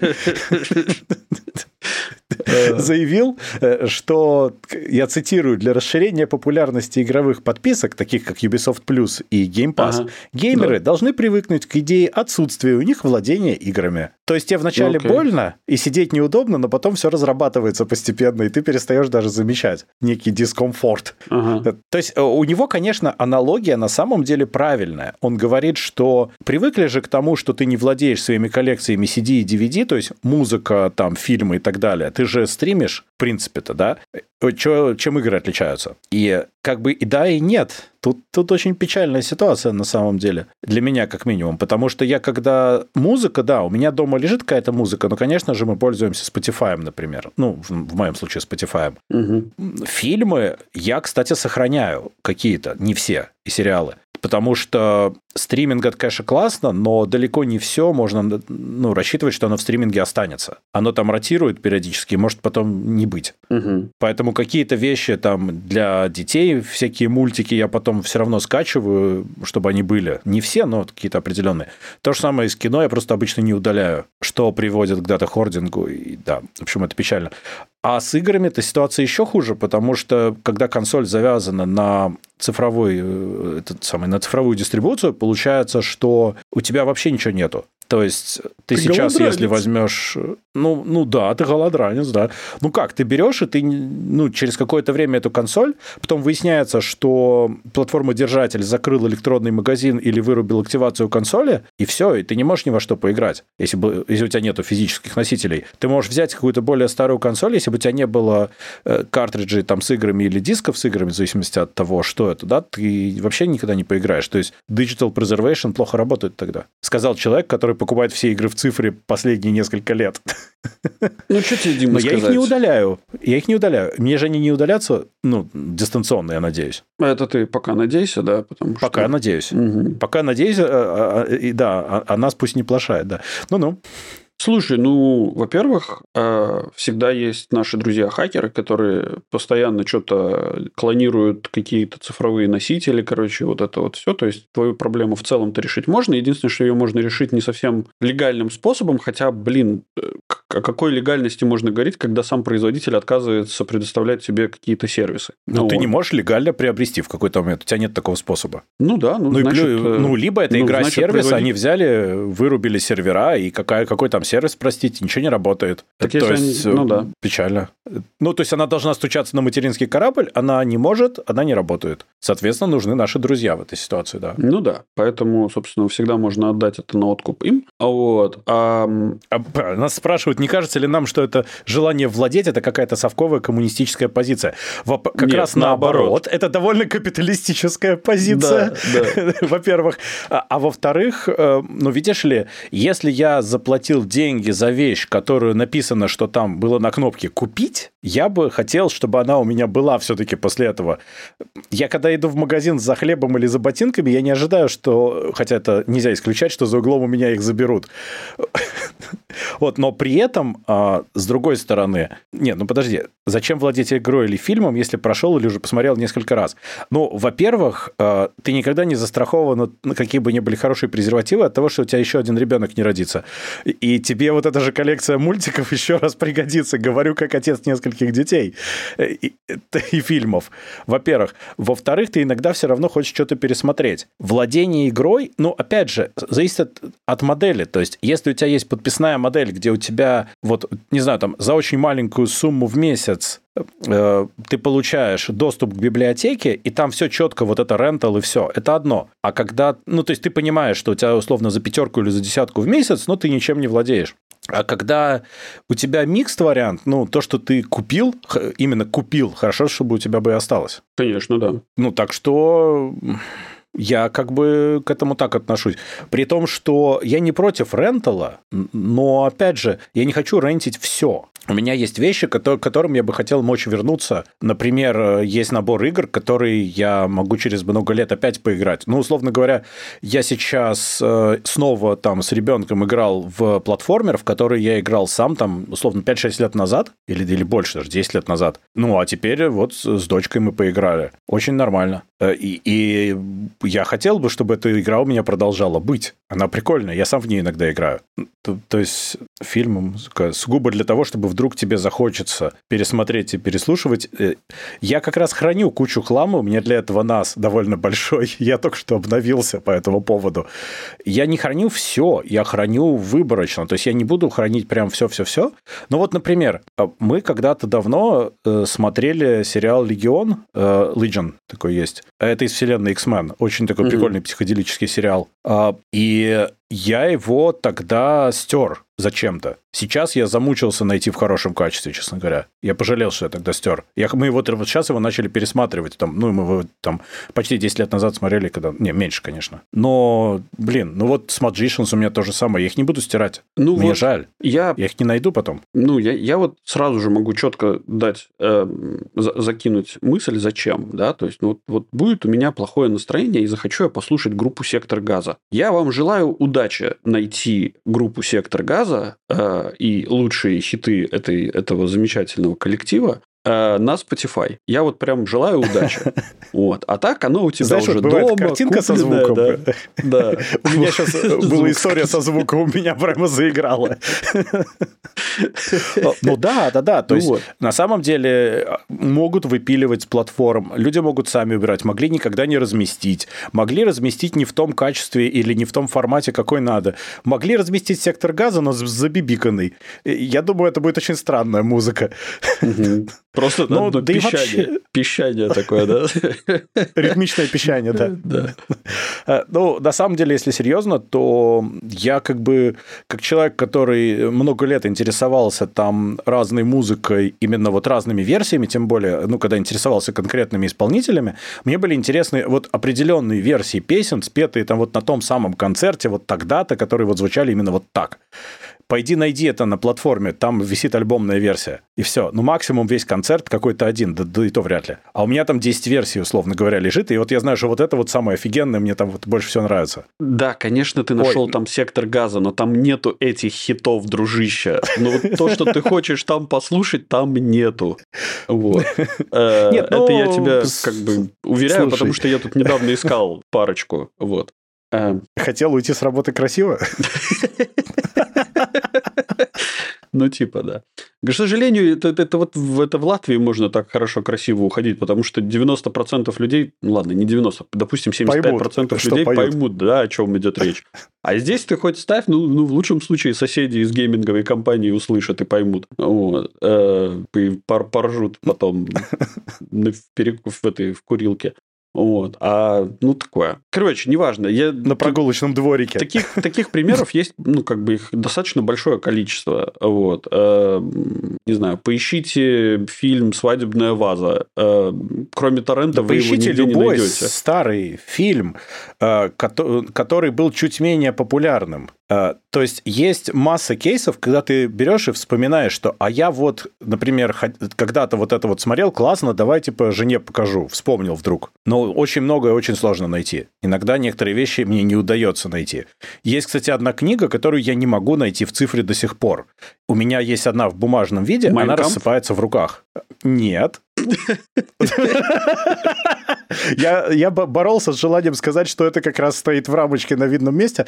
Speaker 2: заявил, что, я цитирую, для расширения популярности игровых подписок, таких как Ubisoft Plus и Game Pass, геймеры должны привыкнуть к идее отсутствия у них владения играми. То есть тебе вначале больно и сидеть неудобно, но потом все разрабатывается постепенно, и ты перестаешь даже замечать некий дискомфорт. То есть у него, конечно, аналогия на самом деле правильная. Он говорит, что привыкли же к тому, что ты не владеешь своими коллекциями CD и DVD, то есть музыка, там, фильмы и так далее. Ты же стримишь, в принципе-то, да? Чем игры отличаются? И как бы и да, и нет. Тут очень печальная ситуация на самом деле. Для меня, как минимум. Потому что я когда... Музыка, да, у меня дома лежит какая-то музыка, но, конечно же, мы пользуемся Spotify, например. Ну, в моем случае Spotify. Фильмы я, кстати, сохраняю какие-то, не все, и сериалы. Потому что стриминг, это, конечно, классно, но далеко не все можно рассчитывать, что оно в стриминге останется. Оно там ротирует периодически, может потом не быть. Поэтому какие-то вещи там для детей, всякие мультики я потом все равно скачиваю, чтобы они были. Не все, но какие-то определенные. То же самое и с кино я просто обычно не удаляю, что приводит к дата-хордингу. И да, в общем, это печально. А с играми эта ситуация еще хуже, потому что когда консоль завязана на цифровую дистрибуцию, получается, что у тебя вообще ничего нету. То есть ты сейчас, голодранец. Если возьмешь... Ну да, ты голодранец, да. Ну как, ты берешь, и ты через какое-то время эту консоль, потом выясняется, что платформа-держатель закрыл электронный магазин или вырубил активацию консоли, и все, и ты не можешь ни во что поиграть, если у тебя нету физических носителей. Ты можешь взять какую-то более старую консоль, если бы у тебя не было картриджей там с играми или дисков с играми, в зависимости от того, что это, да, ты вообще никогда не поиграешь. То есть Digital Preservation плохо работает тогда. Сказал человек, который покупает все игры в цифре последние несколько лет.
Speaker 1: Ну, что тебе, Дима, сказать?
Speaker 2: Я их не удаляю. Мне же они не удалятся, дистанционно, я надеюсь.
Speaker 1: Это ты пока надейся, да?
Speaker 2: Пока надеюсь. Пока надеюсь, да, а нас пусть не плашает, да. Ну-ну.
Speaker 1: Слушай, во-первых, всегда есть наши друзья-хакеры, которые постоянно что-то клонируют, какие-то цифровые носители, вот это вот все. То есть твою проблему в целом-то решить можно. Единственное, что ее можно решить не совсем легальным способом, хотя, о какой легальности можно говорить, когда сам производитель отказывается предоставлять тебе какие-то сервисы?
Speaker 2: Ты не можешь легально приобрести в какой-то момент. У тебя нет такого способа.
Speaker 1: Ну да.
Speaker 2: Либо это игра-сервис, они взяли, вырубили сервера, и какой там сервис, простите, ничего не работает. Печально. То есть она должна стучаться на материнский корабль, она не может, она не работает. Соответственно, нужны наши друзья в этой ситуации, да.
Speaker 1: Ну да, поэтому, собственно, всегда можно отдать это на откуп им.
Speaker 2: Нас спрашивают, не кажется ли нам, что это желание владеть, это какая-то совковая коммунистическая позиция? Как раз наоборот. Это довольно капиталистическая позиция, во-первых. А во-вторых, видишь ли, если я заплатил деньги за вещь, которую написано, что там было на кнопке «купить», я бы хотел, чтобы она у меня была все-таки после этого. Я когда иду в магазин за хлебом или за ботинками, я не ожидаю, что, хотя это нельзя исключать, что за углом у меня их заберут. Но при этом, с другой стороны, подожди, зачем владеть игрой или фильмом, если прошел или уже посмотрел несколько раз? Во-первых, ты никогда не застрахован, какие бы ни были хорошие презервативы, от того, что у тебя еще один ребенок не родится. И тебе вот эта же коллекция мультиков еще раз пригодится, говорю, как отец нескольких детей и фильмов. Во-первых. Во-вторых, ты иногда все равно хочешь что-то пересмотреть. Владение игрой, опять же, зависит от модели. То есть, если у тебя есть подписная модель, где у тебя, за очень маленькую сумму в месяц ты получаешь доступ к библиотеке, и там все четко, это рентал и все. Это одно. А когда, то есть ты понимаешь, что у тебя условно за 5 или за 10 в месяц, ты ничем не владеешь. А когда у тебя микс вариант, ну, то, что ты купил, именно купил, хорошо, чтобы у тебя бы и осталось.
Speaker 1: Конечно, да.
Speaker 2: Ну, так что я как бы к этому так отношусь. При том, что я не против рентала, но, опять же, я не хочу рентить все. У меня есть вещи, к которым я бы хотел мочь вернуться. Например, есть набор игр, которые я могу через много лет опять поиграть. Ну, условно говоря, я сейчас снова там с ребенком играл в платформер, в который я играл сам там, условно, 5-6 лет назад, или больше, даже 10 лет назад. Ну, а теперь вот с дочкой мы поиграли. Очень нормально. И я хотел бы, чтобы эта игра у меня продолжала быть. Она прикольная, я сам в ней иногда играю. То есть фильм сугубо для того, чтобы вдруг тебе захочется пересмотреть и переслушивать. Я как раз храню кучу хлама, у меня для этого NAS довольно большой, я только что обновился по этому поводу. Я не храню все, я храню выборочно, то есть я не буду хранить прям все-все-все. Но вот, например, мы когда-то давно смотрели сериал «Легион», Legion такой есть, это из вселенной X-Men, очень такой прикольный психоделический сериал. И я его тогда стер зачем-то. Сейчас я замучился найти в хорошем качестве, честно говоря. Я пожалел, что я тогда стер. Мы вот сейчас его начали пересматривать. Там, мы его там почти 10 лет назад смотрели, когда... Не, меньше, конечно. Но, ну вот с Magicians у меня то же самое. Я их не буду стирать. Ну, мне вот жаль. Я их не найду потом.
Speaker 1: Ну, я вот сразу же могу четко дать, закинуть мысль, зачем, да? То есть, ну, вот будет у меня плохое настроение, и захочу я послушать группу «Сектор газа». Я вам желаю удачи найти группу «Сектор газа» и лучшие хиты этого замечательного коллектива на Spotify. Я вот прям желаю удачи. Вот. А так оно у тебя, знаешь, уже
Speaker 2: бывает
Speaker 1: дома,
Speaker 2: картинка со звуком.
Speaker 1: Да.
Speaker 2: У меня сейчас была история со звуком, у меня прямо заиграла. Ну да. То есть, на самом деле, могут выпиливать с платформ, люди могут сами убирать, могли никогда не разместить, могли разместить не в том качестве или не в том формате, какой надо. Могли разместить «Сектор газа», но забибиканный. Я думаю, это будет очень странная музыка.
Speaker 1: Просто да пищание. Пищание такое, да?
Speaker 2: Ритмичное пищание, да. Ну, на самом деле, если серьезно, то я как человек, который много лет интересовался там разной музыкой, именно вот разными версиями, тем более, ну, когда интересовался конкретными исполнителями, мне были интересны вот определенные версии песен, спетые там вот на том самом концерте, вот тогда-то, которые вот звучали именно вот так. Пойди найди это на платформе, там висит альбомная версия, и все. Ну, максимум весь концерт какой-то один, да и то вряд ли. А у меня там 10 версий, условно говоря, лежит, и вот я знаю, что вот это вот самое офигенное, мне там вот больше всего нравится.
Speaker 1: Да, конечно, ты нашел там «Сектор газа», но там нету этих хитов, дружище. Ну, вот то, что ты хочешь там послушать, там нету. Вот. Это я тебя как бы уверяю, потому что я тут недавно искал парочку. Вот.
Speaker 2: Хотел уйти с работы красиво?
Speaker 1: Ну, типа, да. К сожалению, это в Латвии можно так хорошо, красиво уходить, потому что 90% людей, ну ладно, не 90, допустим, 75% людей поймут, да, о чем идет речь. А здесь ты хоть ставь, ну, в лучшем случае соседи из гейминговой компании услышат и поймут. Вот. И поржут потом в курилке. Вот. Ну, такое. Короче, неважно.
Speaker 2: На прогулочном дворике.
Speaker 1: Таких примеров есть, ну, как бы их достаточно большое количество. Вот. Не знаю, поищите фильм «Свадебная ваза». Кроме торрента вы его нигде не найдете.
Speaker 2: Поищите любой старый фильм, который был чуть менее популярным. То есть, есть масса кейсов, когда ты берешь и вспоминаешь, что «а я вот, например, когда-то вот это вот смотрел, классно, давай, типа, жене покажу», вспомнил вдруг. Но очень многое очень сложно найти. Иногда некоторые вещи мне не удается найти. Есть, кстати, одна книга, которую я не могу найти в цифре до сих пор. У меня есть одна в бумажном виде, она рассыпается в руках. Нет. Я боролся с желанием сказать, что это как раз стоит в рамочке на видном месте.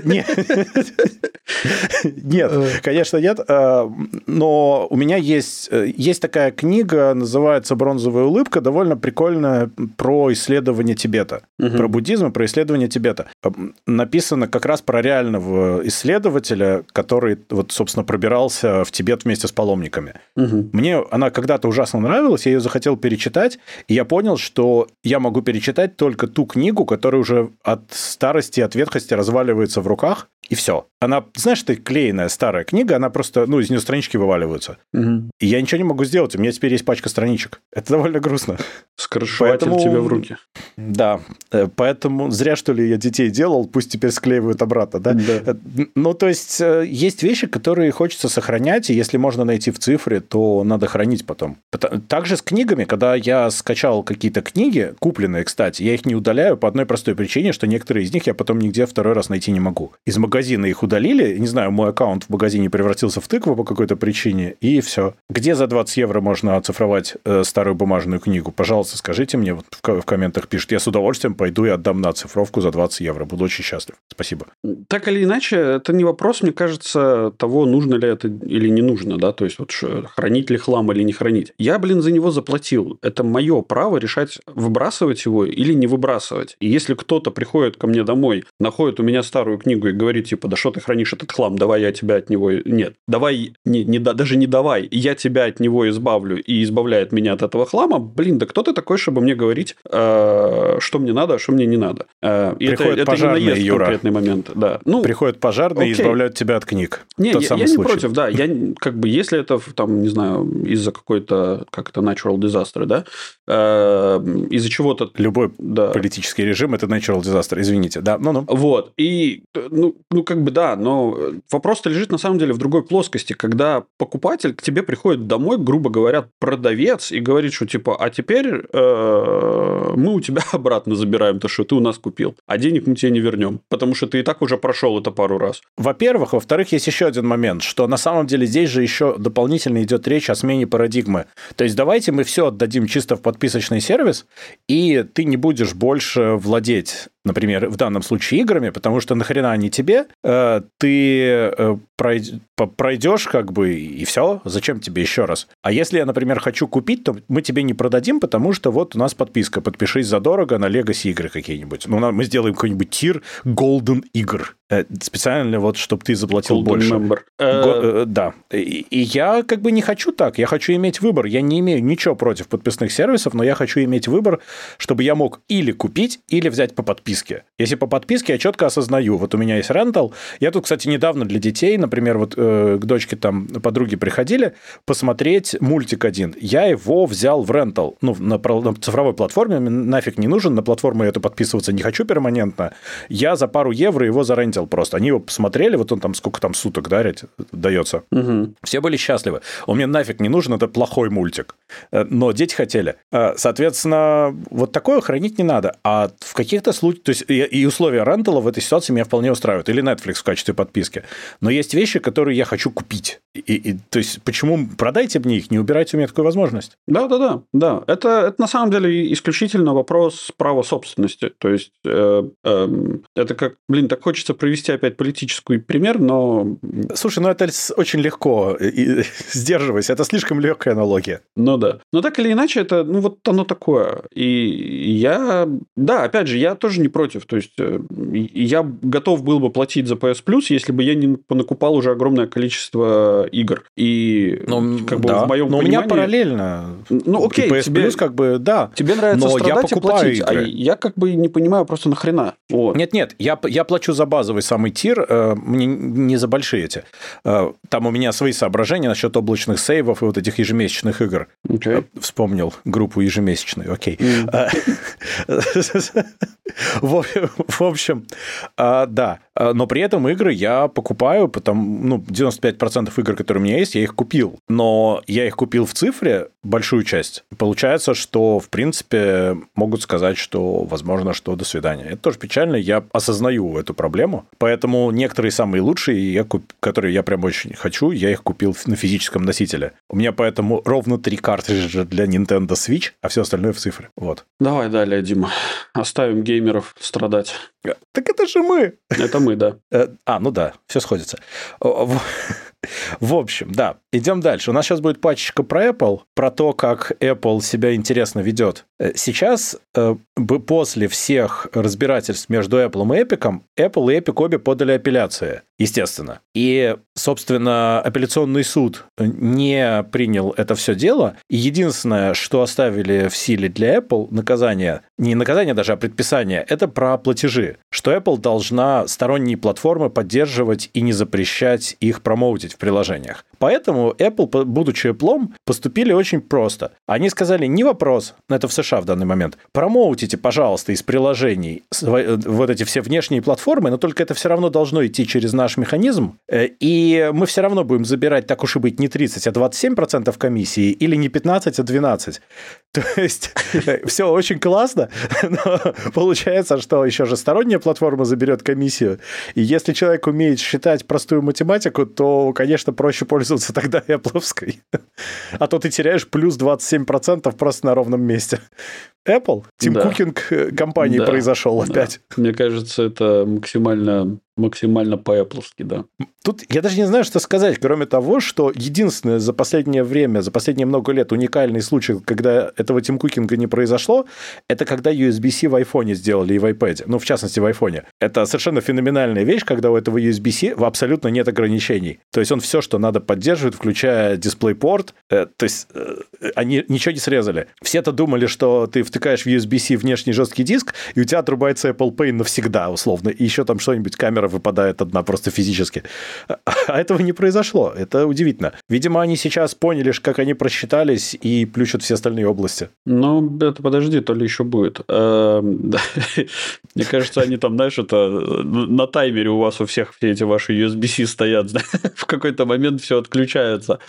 Speaker 2: Нет, конечно, нет. Но у меня есть такая книга, называется «Бронзовая улыбка», довольно прикольная, про исследование Тибета. Про буддизм, про исследование Тибета. Написано как раз про реального исследователя, который, вот, собственно, пробирался в Тибет вместе с паломниками. Мне она когда-то ужасно нравилась, я ее захотел перечитать, и я понял, что я могу перечитать только ту книгу, которая уже от старости, от ветхости разваливается в руках, и все. она, знаешь, это клееная старая книга, она просто, из нее странички вываливаются. И я ничего не могу сделать, у меня теперь есть пачка страничек. Это довольно грустно.
Speaker 1: Скоросшиватель тебе в руки.
Speaker 2: Да, поэтому зря, что ли, я детей делал, пусть теперь склеивают обратно, да? Ну, то есть, есть вещи, которые хочется сохранять, и если можно найти в цифре, то надо хранить потом. Также с книгами, когда я скачал какие-то книги, купленные, кстати, я их не удаляю по одной простой причине, что некоторые из них я потом нигде второй раз найти не могу. Из магазина их удалили, не знаю, мой аккаунт в магазине превратился в тыкву по какой-то причине, и все. Где за 20 евро можно оцифровать старую бумажную книгу? Пожалуйста, скажите мне, вот в комментах пишут, я с удовольствием пойду и отдам на оцифровку за 20 евро. Буду очень счастлив. Спасибо.
Speaker 1: Так или иначе, это не вопрос, мне кажется, того, нужно ли это или не нужно, да, то есть вот хранить ли хлам или не хранить. Я, за него заплатил. Это мое право решать, выбрасывать его или не выбрасывать. И если кто-то приходит ко мне домой, находит у меня старую книгу и говорит, типа, да что ты хранишь этот хлам, давай я тебя от него... Нет, давай, даже не давай, я тебя от него избавлю и избавляет меня от этого хлама, да кто ты такой, чтобы мне говорить, что мне надо, а что мне не надо. И
Speaker 2: приходят
Speaker 1: это
Speaker 2: пожарные,
Speaker 1: не наезд в
Speaker 2: Юра.
Speaker 1: конкретный момент. Да.
Speaker 2: Приходят пожарные и избавляют тебя от книг.
Speaker 1: Не, я не против, да. Я, если это, не знаю, из-за какой-то, natural disaster, да, из-за чего-то...
Speaker 2: Любой политический режим – это natural disaster, извините. Да,
Speaker 1: Вот. И, да, но вопрос-то лежит, на самом деле, в другой плоскости, когда покупатель к тебе приходит домой, грубо говоря, продавец, и говорит, что, типа, а теперь мы у тебя обратно забираем то, что ты у нас купил, а денег мы тебе не вернем, потому что ты и так уже прошел это пару раз.
Speaker 2: Во-первых. Во-вторых, есть еще один момент, что на самом деле здесь же еще дополнительно идет речь о смене парадигмы. То есть, давайте мы все отдадим чисто в подписочный сервис, и ты не будешь больше владеть, например, в данном случае играми, потому что нахрена они тебе, ты пройдешь и все, зачем тебе еще раз? А если я, например, хочу купить, то мы тебе не продадим, потому что вот у нас подписка, подпишись задорого на Legacy игры какие-нибудь. Мы сделаем какой-нибудь тир Golden игр. Специально вот, чтобы ты заплатил больше. Да. И я не хочу так. Я хочу иметь выбор. Я не имею ничего против подписных сервисов, но я хочу иметь выбор, чтобы я мог или купить, или взять по подписке. Если по подписке, я четко осознаю. Вот у меня есть рентал. Я тут, кстати, недавно для детей, например, вот к дочке там подруги приходили посмотреть мультик один. Я его взял в рентал. На цифровой платформе. Мне нафиг не нужен. На платформу я эту подписываться не хочу перманентно. Я за пару евро его зарентил просто. Они его посмотрели, вот он там сколько там суток, дается.
Speaker 1: Угу.
Speaker 2: Все были счастливы. Он мне нафиг не нужен, это плохой мультик. Но дети хотели. Соответственно, вот такое хранить не надо. А в каких-то случаях... То есть, и условия рентала в этой ситуации меня вполне устраивают. Или Netflix в качестве подписки. Но есть вещи, которые я хочу купить. То есть, почему продайте мне их, не убирайте у меня такую возможность?
Speaker 1: Да. Это на самом деле исключительно вопрос права собственности. То есть, это как... так хочется провести опять политический пример, но...
Speaker 2: Слушай, это очень легко сдерживайся. Это слишком легкая аналогия.
Speaker 1: Да. Но так или иначе, это, вот оно такое. И я... Да, опять же, я тоже не против. То есть, я готов был бы платить за PS Plus, если бы я не понакупал уже огромное количество игр. И в моем понимании...
Speaker 2: Но у меня параллельно.
Speaker 1: Окей,
Speaker 2: PS Plus, да.
Speaker 1: Тебе нравится
Speaker 2: но
Speaker 1: страдать
Speaker 2: я
Speaker 1: и платить,
Speaker 2: игры.
Speaker 1: а я не понимаю просто нахрена. Вот.
Speaker 2: Нет, я плачу за базовый самый тир, мне не за большие эти. Там у меня свои соображения насчет облачных сейвов и вот этих ежемесячных игр.
Speaker 1: Okay.
Speaker 2: Вспомнил группу ежемесячную, окей. В общем, да. Но при этом игры я покупаю, 95% игр, которые у меня есть, я их купил. Но я их купил в цифре, большую часть. Получается, что, в принципе, могут сказать, что, возможно, что до свидания. Это тоже печально, я осознаю эту проблему. Поэтому некоторые самые лучшие, которые я прям очень хочу, я их купил на физическом носителе. У меня поэтому ровно 3 картриджа для Nintendo Switch, а все остальное в цифре. Вот.
Speaker 1: Давай далее, Дима. Оставим геймеров страдать.
Speaker 2: Так это же мы.
Speaker 1: Это мы, да.
Speaker 2: Да, все сходится. В общем, да, идем дальше. У нас сейчас будет пачечка про Apple, про то, как Apple себя интересно ведет. Сейчас после всех разбирательств между Apple и Epic, Apple и Epic обе подали апелляции, естественно. И, собственно, апелляционный суд не принял это все дело. И единственное, что оставили в силе для Apple, наказание, не наказание даже, а предписание, это про платежи. Что Apple должна сторонние платформы поддерживать и не запрещать их промоутить в приложениях. Поэтому Apple, будучи Apple, поступили очень просто. Они сказали, не вопрос, это в США в данный момент, промоутите, пожалуйста, из приложений вот эти все внешние платформы, но только это все равно должно идти через наш механизм, и мы все равно будем забирать, так уж и быть, не 30, а 27% комиссии, или не 15, а 12. То есть все очень классно, но получается, что еще же сторонняя платформа заберет комиссию, и если человек умеет считать простую математику, то, конечно, проще пользоваться тогда Apple-овской. А то ты теряешь плюс 27% просто на ровном месте. Apple, Тим Кукинг компании произошел опять.
Speaker 1: Мне кажется, это максимально по-эпловски, да.
Speaker 2: Тут я даже не знаю, что сказать, кроме того, что единственное за последнее время, за последние много лет уникальный случай, когда этого Тим Кукинга не произошло, это когда USB-C в iPhone сделали и в iPad, ну, в частности, в iPhone. Это совершенно феноменальная вещь, когда у этого USB-C абсолютно нет ограничений. То есть он все, что надо, поддерживает, включая DisplayPort, то есть они ничего не срезали. Все-то думали, что ты втыкаешь в USB-C внешний жесткий диск, и у тебя отрубается Apple Pay навсегда, условно, и еще там что-нибудь, камера выпадает одна просто физически. А этого не произошло. Это удивительно. Видимо, они сейчас поняли, как они просчитались и плющат все остальные области.
Speaker 1: Ну, это подожди, то ли еще будет. Мне кажется, они там, знаешь, это на таймере у вас у всех все эти ваши USB-C стоят. В какой-то момент все отключается.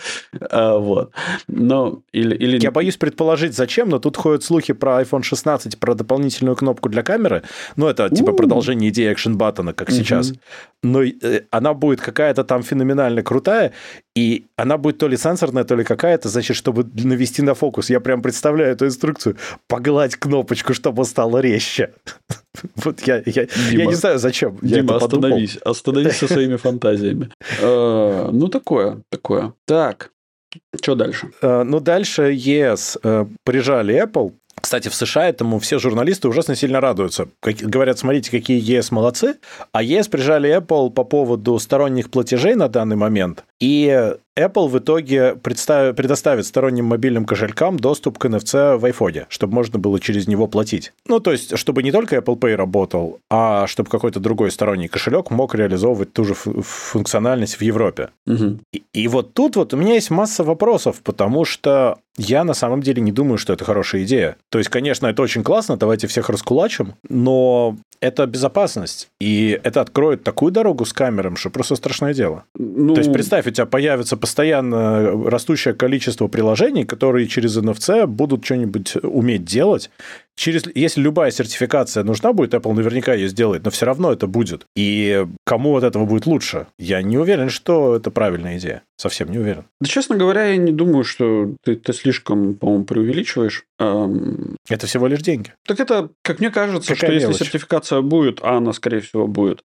Speaker 1: Вот. Но, или...
Speaker 2: Я боюсь предположить, зачем, но тут ходят слухи про iPhone 16, про дополнительную кнопку для камеры. Ну, это типа продолжение идеи экшн-баттона, как сейчас. Но она будет какая-то там феноменально крутая, и она будет то ли сенсорная, то ли какая-то, значит, чтобы навести на фокус. Я прям представляю эту инструкцию. Погладь кнопочку, чтобы стало резче. Вот я не знаю, зачем.
Speaker 1: Дима, остановись со своими фантазиями. Ну, такое. Так, что дальше?
Speaker 2: Ну, дальше ES прижали Apple. Кстати, в США этому все журналисты ужасно сильно радуются. Говорят, смотрите, какие ES молодцы. А ES прижали Apple по поводу сторонних платежей на данный момент. И Apple в итоге предоставит сторонним мобильным кошелькам доступ к NFC в iPhone, чтобы можно было через него платить. Ну, то есть, чтобы не только Apple Pay работал, а чтобы какой-то другой сторонний кошелек мог реализовывать ту же функциональность в Европе. И вот тут вот у меня есть масса вопросов, потому что я на самом деле не думаю, что это хорошая идея. То есть, конечно, это очень классно, давайте всех раскулачим, но это безопасность. И это откроет такую дорогу с камерами, что просто страшное дело. То есть, представь, у тебя появится постоянно растущее количество приложений, которые через NFC будут что-нибудь уметь делать. Если любая сертификация нужна будет, Apple наверняка ее сделает, но все равно это будет. И кому от этого будет лучше? Я не уверен, что это правильная идея. Совсем не уверен.
Speaker 1: Да, честно говоря, я не думаю, что ты слишком, по-моему, преувеличиваешь.
Speaker 2: Это всего лишь деньги.
Speaker 1: Так это, как мне кажется,
Speaker 2: какая
Speaker 1: что
Speaker 2: мелочь?
Speaker 1: Если сертификация будет, а она, скорее всего, будет,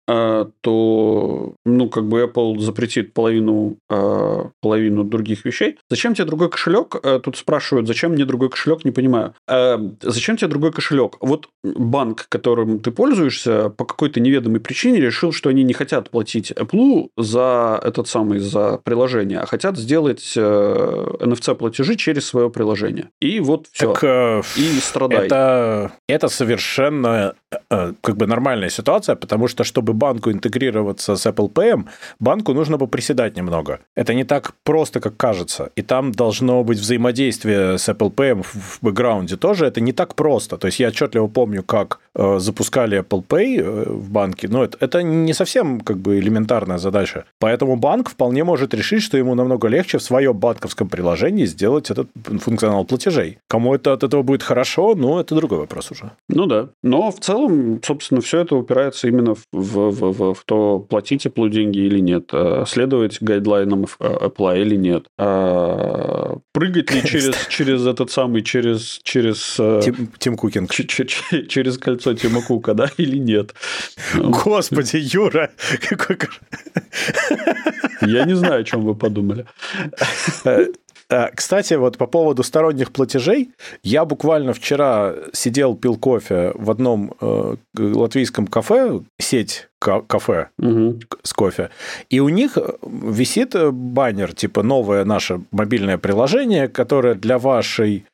Speaker 1: то, как бы Apple запретит половину других вещей. Зачем тебе другой кошелек? Тут спрашивают, зачем мне другой кошелек, не понимаю. Зачем тебе другой кошелек? Вот банк, которым ты пользуешься, по какой-то неведомой причине решил, что они не хотят платить Apple за за приложение, а хотят сделать NFC-платежи через свое приложение. И вот все. И страдай.
Speaker 2: Это совершенно как бы нормальная ситуация, потому что, чтобы банку интегрироваться с Apple Pay, банку нужно бы приседать немного. Это не так просто, как кажется. И там должно быть взаимодействие с Apple Pay в бэкграунде тоже. Это не так просто. То есть, я отчетливо помню, как запускали Apple Pay в банке. Но это не совсем как бы элементарная задача. Поэтому банк вполне может решить, что ему намного легче в своем банковском приложении сделать этот функционал платежей. Кому это от этого будет хорошо, это другой вопрос уже.
Speaker 1: Ну да. Но в целом, собственно, все это упирается именно в то, платить Apple деньги или нет, следовать гайдлайнам Apple или нет, прыгать ли через этот самый, через
Speaker 2: Тим Кукинг.
Speaker 1: Через кольцо Тима Кука, да, или нет.
Speaker 2: Господи, Юра! Кстати, вот по поводу сторонних платежей, я буквально вчера сидел, пил кофе в одном латвийском кафе, сеть кафе с кофе, и у них висит баннер, типа новое наше мобильное приложение, которое для вашей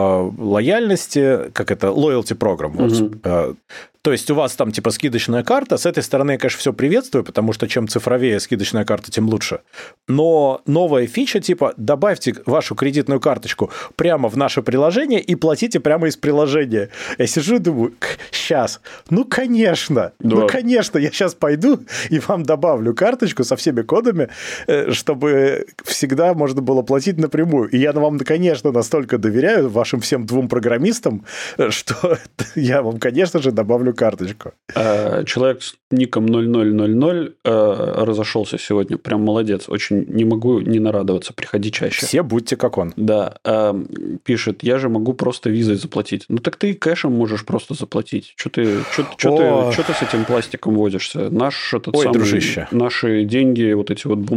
Speaker 2: лояльности, как это, loyalty program, то есть у вас там типа скидочная карта, с этой стороны я, конечно, все приветствую, потому что чем цифровее скидочная карта, тем лучше. Но новая фича типа добавьте вашу кредитную карточку прямо в наше приложение и платите прямо из приложения. Я сижу и думаю, сейчас, ну конечно, я сейчас пойду и вам добавлю карточку со всеми кодами, чтобы всегда можно было платить напрямую. И я вам, конечно, настолько доверяю вашим всем 2 программистам, что я вам, конечно же, добавлю карточку.
Speaker 1: Человек с ником 0000 разошелся сегодня. Прям молодец. Очень не могу не нарадоваться. Приходи чаще.
Speaker 2: Все будьте как он.
Speaker 1: Да. Пишет, я же могу просто визой заплатить. Ну, так ты и кэшем можешь просто заплатить. Что ты с этим пластиком возишься?
Speaker 2: Дружище.
Speaker 1: Наши деньги, вот эти вот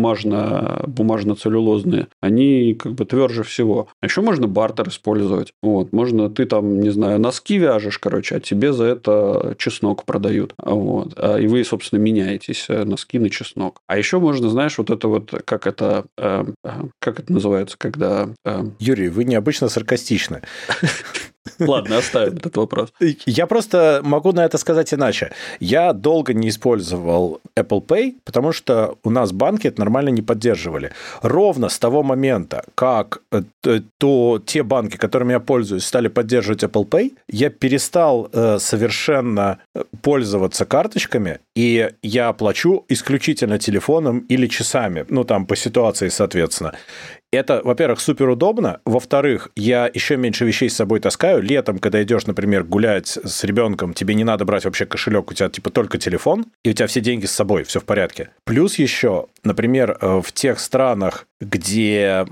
Speaker 1: бумажно-целлюлозные, они как бы тверже всего. А еще можно бартер использовать. Вот. Можно ты там, не знаю, носки вяжешь, короче, а тебе за это чеснок продают. Вот. И вы, собственно, меняетесь носки на чеснок. А еще можно, знаешь, вот это вот, как это называется, когда...
Speaker 2: Юрий, вы необычно саркастичны.
Speaker 1: Ладно, оставим этот вопрос.
Speaker 2: Я просто могу на это сказать иначе. Я долго не использовал Apple Pay, потому что у нас банки это нормально не поддерживали. Ровно с того момента, как те банки, которыми я пользуюсь, стали поддерживать Apple Pay, я перестал совершенно пользоваться карточками, и я плачу исключительно телефоном или часами, ну, там, по ситуации, соответственно. Это, во-первых, супер удобно. Во-вторых, я еще меньше вещей с собой таскаю. Летом, когда идешь, например, гулять с ребенком, тебе не надо брать вообще кошелек, у тебя типа только телефон, и у тебя все деньги с собой, все в порядке. Плюс еще, например, в тех странах, где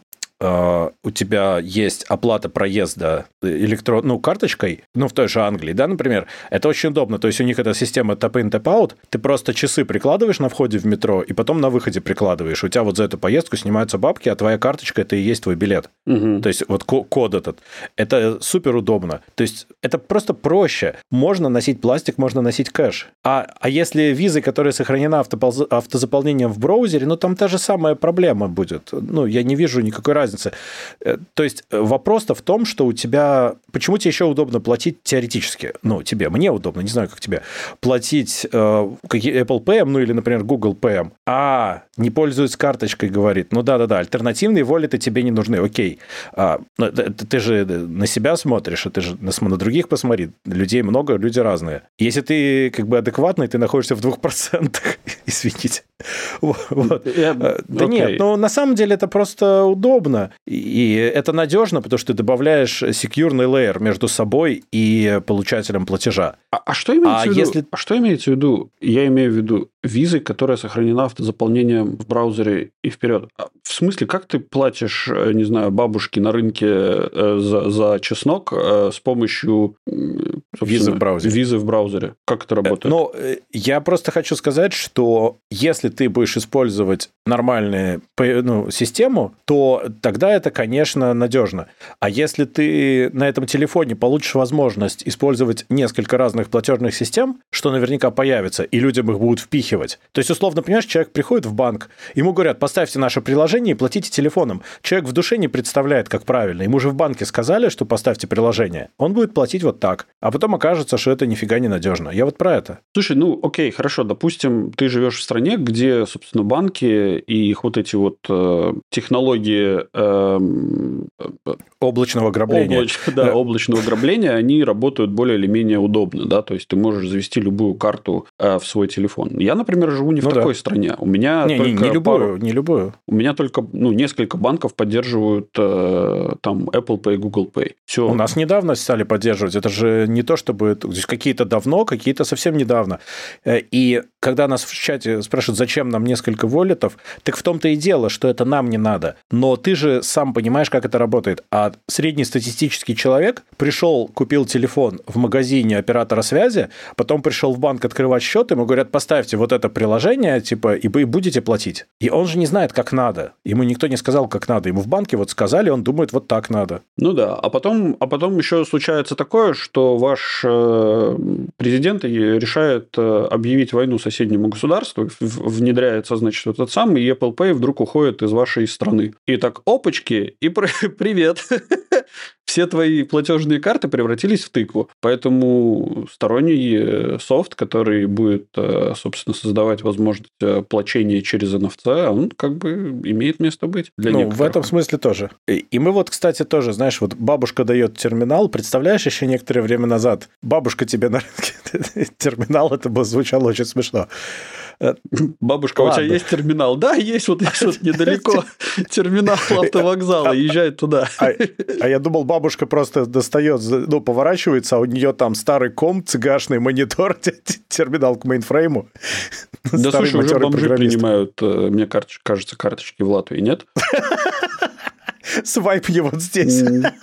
Speaker 2: у тебя есть оплата проезда карточкой, в той же Англии, да, например, это очень удобно. То есть у них эта система tap-in, tap-out, ты просто часы прикладываешь на входе в метро, и потом на выходе прикладываешь. У тебя вот за эту поездку снимаются бабки, а твоя карточка – это и есть твой билет. То есть вот код этот. Это супер удобно. То есть это просто проще. Можно носить пластик, можно носить кэш. А если визой, которая сохранена автозаполнением в браузере, там та же самая проблема будет. Я не вижу никакой разницы. То есть вопрос-то в том, что у тебя... Почему тебе еще удобно платить теоретически? Тебе, мне удобно, не знаю, как тебе. Платить Apple Pay, или, например, Google Pay. Не пользуюсь карточкой, говорит. Да-да-да, альтернативные волеты тебе не нужны, окей. Ты же на себя смотришь, а ты же на других посмотри. Людей много, люди разные. Если ты как бы адекватный, ты находишься в 2%, извините. Да нет, на самом деле это просто удобно. И это надежно, потому что ты добавляешь security layer между собой и получателем платежа.
Speaker 1: Что имеется в виду? Я имею в виду визой, которая сохранена автозаполнением в браузере и вперед. В смысле, как ты платишь, не знаю, бабушке на рынке за чеснок с помощью
Speaker 2: визы
Speaker 1: в браузере? Как это работает?
Speaker 2: Я просто хочу сказать, что если ты будешь использовать нормальную систему, то тогда это, конечно, надежно. А если ты на этом телефоне получишь возможность использовать несколько разных платежных систем, что наверняка появится, и людям их будут впихивать. То есть, условно, понимаешь, человек приходит в банк, ему говорят, поставьте наше приложение и платите телефоном. Человек в душе не представляет, как правильно. Ему же в банке сказали, что поставьте приложение. Он будет платить вот так. А потом окажется, что это нифига не надежно. Я вот про это.
Speaker 1: Слушай, окей, хорошо. Допустим, ты живешь в стране, где, собственно, банки и их вот эти вот технологии
Speaker 2: облачного грабления.
Speaker 1: Облачного грабления, они работают более или менее удобно, да, то есть ты можешь завести любую карту в свой телефон. Я, например, живу не в такой стране. У меня
Speaker 2: не любую.
Speaker 1: У меня только несколько банков поддерживают там Apple Pay, Google Pay. Все.
Speaker 2: У нас недавно стали поддерживать. Это же не то, чтобы здесь какие-то давно, какие-то совсем недавно. И когда нас в чате спрашивают, зачем нам несколько воллетов, так в том-то и дело, что это нам не надо. Но ты же сам понимаешь, как это работает. А среднестатистический человек пришел, купил телефон в магазине оператора связи, потом пришел в банк открывать счет, ему говорят, поставьте вот это приложение, типа, и вы будете платить. И он же не знает, как надо. Ему никто не сказал, как надо. Ему в банке вот сказали, он думает, вот так надо.
Speaker 1: Ну да, а потом еще случается такое, что ваш президент решает объявить войну соседнему государству, внедряется, значит, этот самый, и Apple Pay вдруг уходит из вашей страны. И так, опачки, и привет. Все твои платежные карты превратились в тыкву. Поэтому сторонний софт, который будет, собственно, создавать возможность плачения через NFC, он как бы имеет место быть для некоторых.
Speaker 2: В этом смысле тоже. И мы вот, кстати, тоже, знаешь, вот бабушка дает терминал. Представляешь, еще некоторое время назад бабушка тебе на рынке терминал, это бы звучало очень смешно.
Speaker 1: Бабушка, ладно. У тебя есть терминал? Да, есть вот недалеко терминал автовокзала, езжай туда.
Speaker 2: А я думал, бабушка просто достает, ну, поворачивается, а у нее там старый комп, цыгашный монитор, терминал к мейнфрейму.
Speaker 1: Да, слушай, уже бомжи принимают, мне кажется, карточки в Латвии, нет?
Speaker 2: Свайпни вот здесь.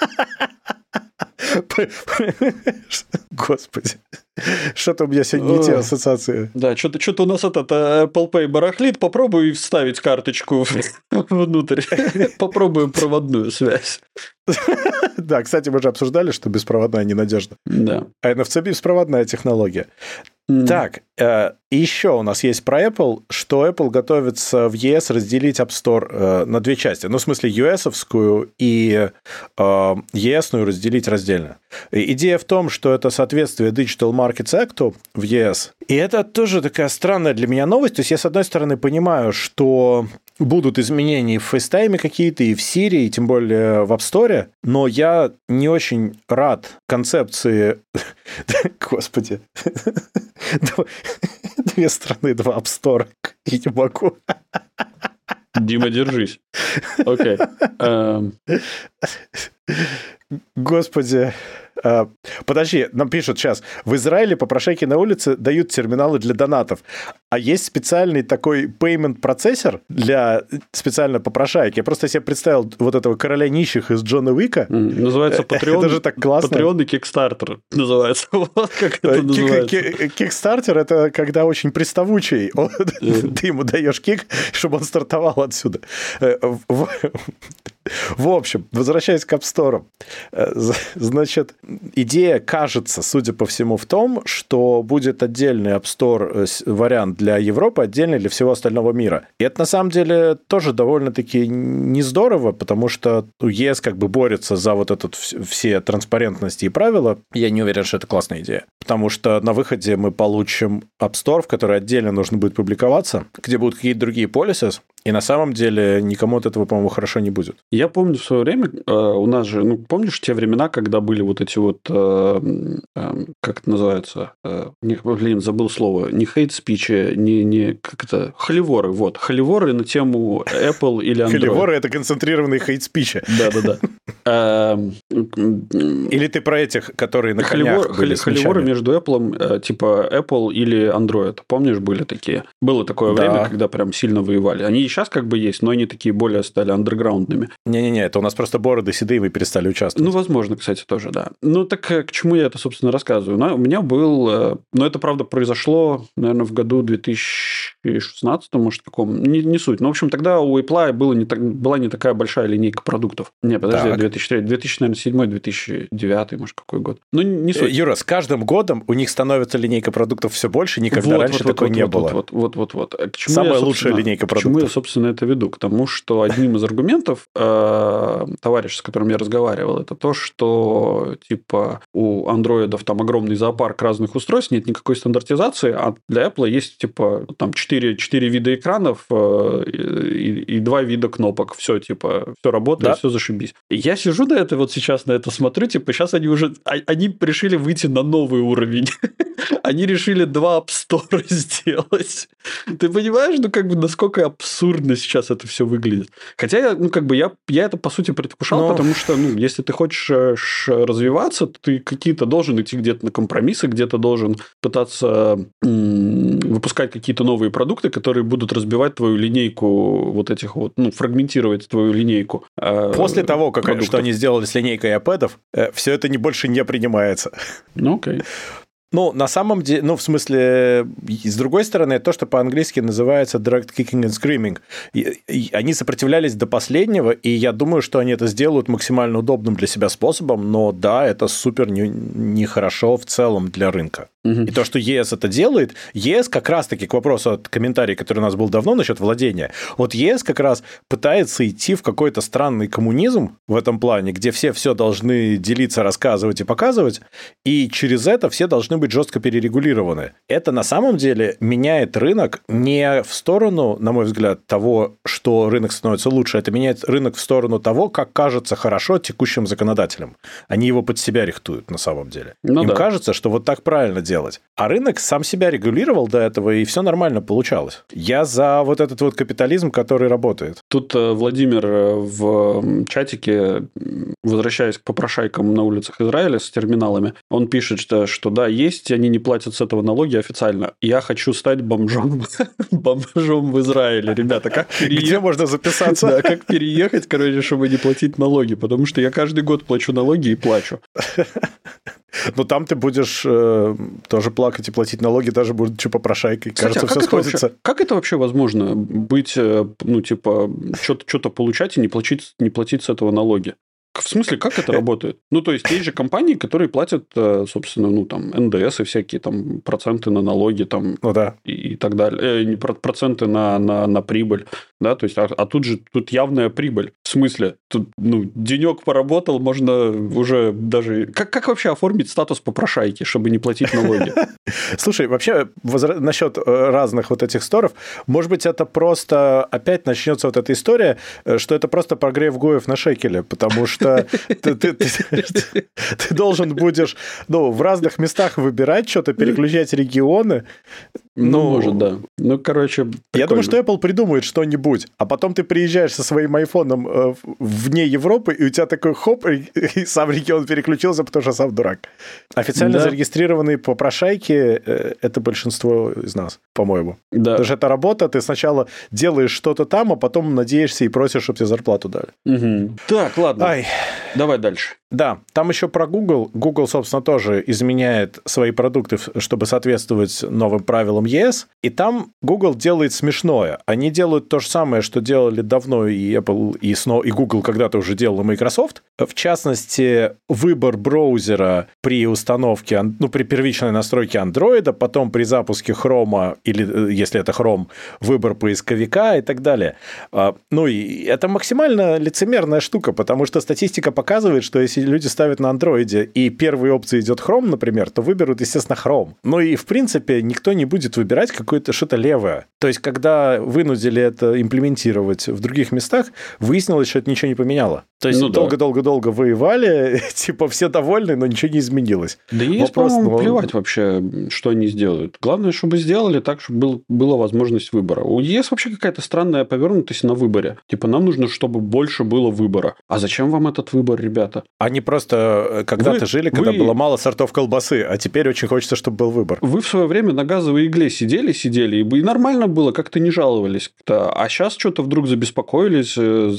Speaker 2: Господи. Что-то у меня сегодня не те ассоциации.
Speaker 1: Да, что-то у нас Apple Pay барахлит. Попробуй вставить карточку внутрь. Попробуем проводную связь.
Speaker 2: Да, кстати, мы же обсуждали, что беспроводная ненадежна.
Speaker 1: Да.
Speaker 2: А NFC беспроводная технология. Так, еще у нас есть про Apple, что Apple готовится в ЕС разделить App Store на две части. Ну, в смысле, US-овскую и ЕС-ную разделить раздельно. Идея в том, что это соответствие Digital Markets Act в ЕС. И это тоже такая странная для меня новость. То есть я, с одной стороны, понимаю, что будут изменения в FaceTime какие-то, и в Siri, и тем более в App Store, но я не очень рад концепции... Господи. Две страны, два App Store. Я не могу.
Speaker 1: Дима, держись. Окей.
Speaker 2: Господи. Подожди, нам пишут сейчас. В Израиле попрошайки на улице дают терминалы для донатов. А есть специальный такой payment-процессор для специально попрошаек. Я просто себе представил вот этого короля нищих из Джона Уика.
Speaker 1: Называется Patreon.
Speaker 2: Это же так классно.
Speaker 1: Patreon и Kickstarter называется. Вот как это называется.
Speaker 2: Kickstarter – это когда очень приставучий. Ты ему даешь кик, чтобы он стартовал отсюда. В общем, возвращаясь к App Store. Значит, идея кажется, судя по всему, в том, что будет отдельный App Store вариант для Европы, отдельный для всего остального мира. И это, на самом деле, тоже довольно-таки не здорово, потому что ЕС как бы борется за вот этот все транспарентности и правила. Я не уверен, что это классная идея. Потому что на выходе мы получим App Store, в который отдельно нужно будет публиковаться, где будут какие-то другие policies, и на самом деле никому от этого, по-моему, хорошо не будет.
Speaker 1: Я помню в свое время, у нас же, ну, помнишь те времена, когда были вот эти вот, как это называется, забыл слово, не хейт-спичи, не как это, холиворы, вот, холиворы на тему Apple или Android.
Speaker 2: Холиворы – это концентрированные хейт-спичи.
Speaker 1: Да-да-да.
Speaker 2: Или ты про этих, которые на конях были с мечами?
Speaker 1: Холиворы между Apple, типа Apple или Android. Помнишь, были такие? Было такое время, когда прям сильно воевали. Они и сейчас как бы есть, но они такие более стали андерграундными.
Speaker 2: Не-не-не, это у нас просто бороды седые, мы перестали участвовать.
Speaker 1: Ну, возможно, кстати, тоже, да. Ну, так к чему я это, собственно, рассказываю? У меня был... Но это, правда, произошло, наверное, в году 2016, может, каком. Не суть. Но, в общем, тогда у Apple была не такая большая линейка продуктов. Не, подожди, 2007-2009, может, какой год. Ну, не суть.
Speaker 2: Юра, с каждым годом у них становится линейка продовых все больше, никогда раньше такого не было.
Speaker 1: Вот.
Speaker 2: Самая лучшая линейка продуктов.
Speaker 1: К чему я, собственно, это веду? К тому, что одним из аргументов товарища, с которым я разговаривал, это то, что типа у андроидов там огромный зоопарк разных устройств, нет никакой стандартизации, а для Apple есть типа там 4 вида экранов и 2 вида кнопок. Все, типа, все работает, все зашибись. И я сижу на это вот сейчас на это смотрю, типа, сейчас они решили выйти на новый уровень. Они решили 2 App Store сделать. Ты понимаешь, ну, как бы, насколько абсурдно сейчас это все выглядит. Хотя, ну, как бы, я это, по сути, предвкушал, потому что, ну, если ты хочешь развиваться, то ты какие-то должен идти где-то на компромиссы, где-то должен пытаться выпускать какие-то новые продукты, которые будут разбивать твою линейку вот этих вот, ну, фрагментировать твою линейку.
Speaker 2: После того, что они сделали с линейкой iPad'ов, все это больше не принимается.
Speaker 1: Ну, окей.
Speaker 2: Ну, на самом деле, ну, в смысле, с другой стороны, это то, что по-английски называется direct kicking and screaming. И они сопротивлялись до последнего, и я думаю, что они это сделают максимально удобным для себя способом, но да, это супер нехорошо в целом для рынка. И то, что ЕС это делает, ЕС как раз-таки, к вопросу от комментария, который у нас был давно насчет владения, вот ЕС как раз пытается идти в какой-то странный коммунизм в этом плане, где все должны делиться, рассказывать и показывать, и через это все должны быть жестко перерегулированы. Это на самом деле меняет рынок не в сторону, на мой взгляд, того, что рынок становится лучше, это меняет рынок в сторону того, как кажется хорошо текущим законодателям. Они его под себя рихтуют на самом деле. Им кажется, что вот так правильно делать. А рынок сам себя регулировал до этого, и все нормально получалось. Я за вот этот вот капитализм, который работает.
Speaker 1: Тут Владимир в чатике, возвращаясь к попрошайкам на улицах Израиля с терминалами, он пишет, что да, есть, они не платят с этого налоги официально. Я хочу стать бомжом в Израиле. Ребята, как переехать?
Speaker 2: Где можно записаться?
Speaker 1: Да, как переехать, короче, чтобы не платить налоги, потому что я каждый год плачу налоги и плачу.
Speaker 2: Но там ты будешь тоже плакать и платить налоги, даже будучи попрошайкой.
Speaker 1: Кстати, кажется, все сходится. Как это вообще возможно? Быть, ну, типа, что-то получать и не платить с этого налоги? В смысле, как это работает? Ну, то есть же компании, которые платят, собственно, ну, там, НДС и всякие там проценты на налоги там, и так далее, проценты на прибыль, да, то есть, а тут явная прибыль. В смысле, тут, ну, денек поработал, можно уже даже... Как вообще оформить статус попрошайки, чтобы не платить налоги?
Speaker 2: Слушай, вообще, насчет разных вот этих сторов, может быть, это просто опять начнется вот эта история, что это просто прогрев гоев на шекеле, потому что ты должен будешь, ну, в разных местах выбирать что-то, переключать регионы.
Speaker 1: Ну, может, да. Ну, короче, прикольно.
Speaker 2: Я думаю, что Apple придумает что-нибудь, а потом ты приезжаешь со своим айфоном вне Европы, и у тебя такой хоп, и сам регион переключился, потому что сам дурак. Официально зарегистрированные попрошайки – это большинство из нас, по-моему. Да. Потому что это работа, ты сначала делаешь что-то там, а потом надеешься и просишь, чтобы тебе зарплату дали.
Speaker 1: Угу. Так, ладно. Давай дальше.
Speaker 2: Да, там еще про Google. Google, собственно, тоже изменяет свои продукты, чтобы соответствовать новым правилам ЕС. И там Google делает смешное. Они делают то же самое, что делали давно и Apple, и Google когда-то уже делал, и Microsoft. В частности, выбор браузера при установке, ну, при первичной настройке Android, потом при запуске Chrome, или, если это Chrome, выбор поисковика и так далее. Ну, и это максимально лицемерная штука, потому что статистика показывает, что если люди ставят на андроиде, и первой опцией идет Chrome, например, то выберут, естественно, Chrome. Ну и, в принципе, никто не будет выбирать какое-то что-то левое. То есть, когда вынудили это имплементировать в других местах, выяснилось, что это ничего не поменяло. То есть, долго-долго-долго воевали, типа, все довольны, но ничего не изменилось.
Speaker 1: Да и есть, по-моему, плевать вообще, что они сделают. Главное, чтобы сделали так, чтобы была возможность выбора. У ЕС вообще какая-то странная повернутость на выборе. Типа, нам нужно, чтобы больше было выбора. А зачем вам этот выбор, ребята?
Speaker 2: Они просто когда-то жили, когда было мало сортов колбасы, а теперь очень хочется, чтобы был выбор.
Speaker 1: Вы в свое время на газовой игле сидели, и нормально было, как-то не жаловались. А сейчас что-то вдруг забеспокоились,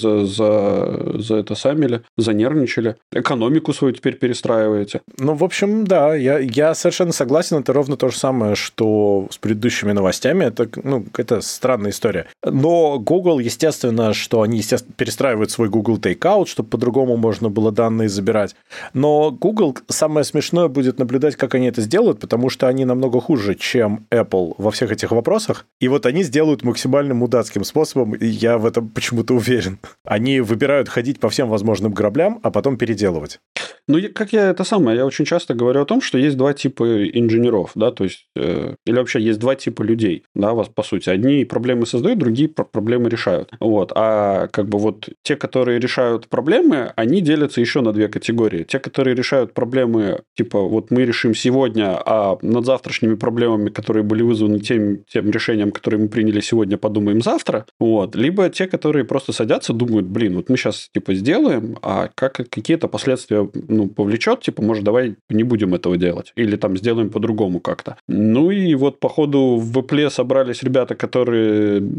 Speaker 1: занервничали. Экономику свою теперь перестраиваете.
Speaker 2: Ну, в общем, да, я совершенно согласен. Это ровно то же самое, что с предыдущими новостями. Это странная история. Но Google, естественно, что они, перестраивают свой Google Takeout, чтобы по-другому можно было данные забирать. Но Google, самое смешное будет наблюдать, как они это сделают, потому что они намного хуже, чем Apple во всех этих вопросах. И вот они сделают максимально мудацким способом, и я в этом почему-то уверен. Они выбирают ходить по всем возможным граблям, а потом переделывать.
Speaker 1: Ну, я очень часто говорю о том, что есть два типа инженеров, да, то есть, или вообще есть два типа людей, да, по сути. Одни проблемы создают, другие проблемы решают. Вот. А как бы вот те, которые решают проблемы, они делятся еще на две категории. Те, которые решают проблемы, типа, вот мы решим сегодня, а над завтрашними проблемами, которые были вызваны тем решением, которое мы приняли сегодня, подумаем завтра. Вот. Либо те, которые просто садятся, думают, вот мы сейчас, типа, сделаем, а какие-то последствия, повлечет, типа, может, давай не будем этого делать. Или там сделаем по-другому как-то. Ну, и вот, походу, в Apple собрались ребята, которые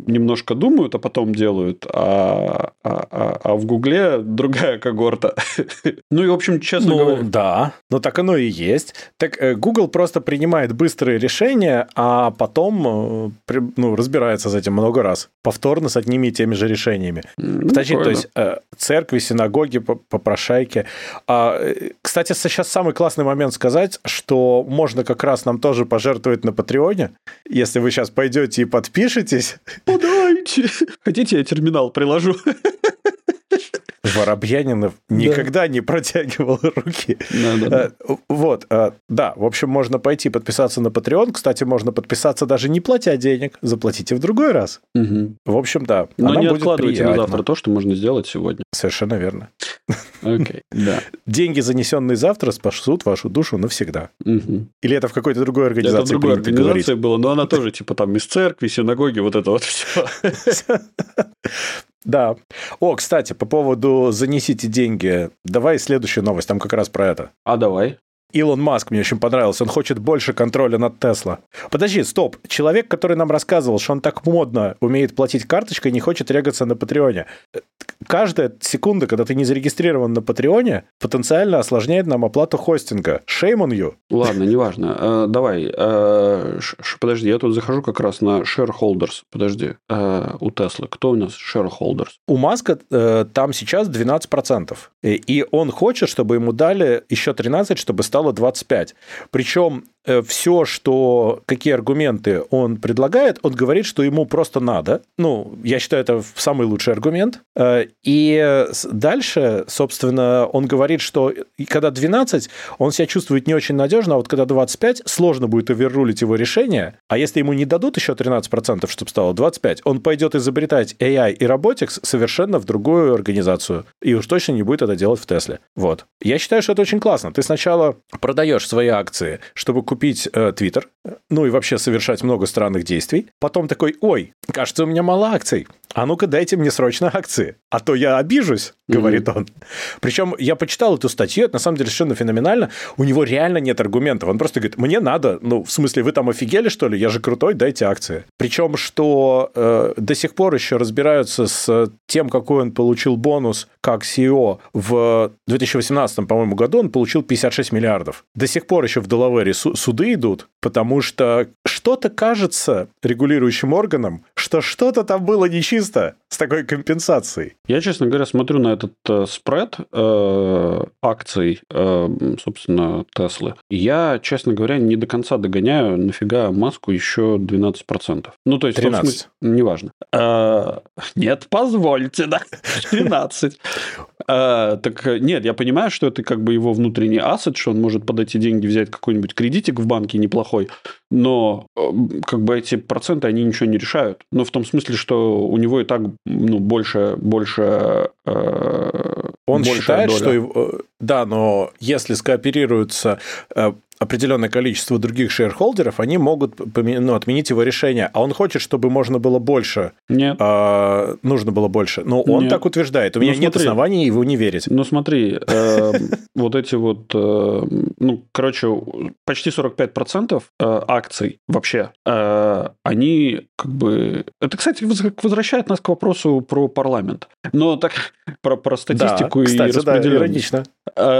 Speaker 1: немножко думают, а потом делают, а в Гугле другая когорта. Ну и, в общем, честно говоря...
Speaker 2: Да, но так оно и есть. Так Google просто принимает быстрые решения, а потом разбирается с этим много раз. Повторно с одними и теми же решениями. Точнее, то есть церкви, синагоги, попрошайки. Кстати, сейчас самый классный момент сказать, что можно как раз нам тоже пожертвовать на Патреоне. Если вы сейчас пойдете и подпишетесь...
Speaker 1: Подайте! Хотите, я терминал приложу?
Speaker 2: Воробьянинов никогда не протягивал руки. Вот, да, в общем, можно пойти подписаться на Patreon. Кстати, можно подписаться даже не платя денег. Заплатите в другой раз. В общем, да.
Speaker 1: Но не откладывайте на завтра то, что можно сделать сегодня.
Speaker 2: Совершенно верно.
Speaker 1: Окей, да.
Speaker 2: Деньги, занесенные завтра, спасут вашу душу навсегда. Или это в какой-то другой организации?
Speaker 1: Это в другой организации было, но она тоже типа там из церкви, синагоги, вот это вот все.
Speaker 2: Да. Кстати, по поводу «занесите деньги», давай следующую новость, там как раз про это.
Speaker 1: Давай.
Speaker 2: Илон Маск мне очень понравился, он хочет больше контроля над Тесла. Подожди, стоп. Человек, который нам рассказывал, что он так модно умеет платить карточкой, не хочет регаться на Патреоне. Каждая секунда, когда ты не зарегистрирован на Патреоне, потенциально осложняет нам оплату хостинга. Shame on you.
Speaker 1: Ладно, неважно. Давай. Подожди, я тут захожу как раз на shareholders. Подожди. У Теслы. Кто у нас shareholders?
Speaker 2: У Маска там сейчас 12%. И он хочет, чтобы ему дали еще 13%, чтобы стало 25%. Причем все, какие аргументы он предлагает, он говорит, что ему просто надо. Я считаю, это самый лучший аргумент. И дальше, собственно, он говорит, что когда 12, он себя чувствует не очень надежно, а вот когда 25, сложно будет оверрулить его решение. А если ему не дадут еще 13%, чтобы стало 25, он пойдет изобретать AI и Robotics совершенно в другую организацию. И уж точно не будет это делать в Тесле. Вот. Я считаю, что это очень классно. Ты сначала продаешь свои акции, чтобы купить Twitter, и вообще совершать много странных действий. Потом такой: ой, кажется, у меня мало акций. А ну-ка дайте мне срочно акции, а то я обижусь, говорит он. Причем я почитал эту статью, это на самом деле совершенно феноменально. У него реально нет аргументов. Он просто говорит: мне надо, в смысле, вы там офигели, что ли? Я же крутой, дайте акции. Причем, что до сих пор еще разбираются с тем, какой он получил бонус как CEO в 2018, по-моему, году, он получил 56 миллиардов. До сих пор еще в Делавере суды идут, потому что что-то кажется регулирующим органам, что что-то там было нечисто с такой компенсацией.
Speaker 1: Я, честно говоря, смотрю на этот спред акций, собственно, Теслы. И я, честно говоря, не до конца догоняю, нафига Маску еще 12%. То есть...
Speaker 2: 13.
Speaker 1: Неважно. Нет, позвольте, да. 13. Так нет, я понимаю, что это как бы его внутренний ассет, что он может под эти деньги взять какой-нибудь кредитик в банке неплохой, но как бы эти проценты, они ничего не решают. Но в том смысле, что у него и так больше
Speaker 2: он считает,
Speaker 1: доля.
Speaker 2: что... Да, но если скооперируются определенное количество других шейрхолдеров, они могут отменить его решение. А он хочет, чтобы можно было больше.
Speaker 1: Нет.
Speaker 2: Нужно было больше. Но он так утверждает. У меня нет оснований его не верить.
Speaker 1: Смотри, вот эти вот... почти 45% акций вообще, они как бы... Это, кстати, возвращает нас к вопросу про парламент. Но так про статистику, да, кстати, и распределенность.
Speaker 2: Да, иронично.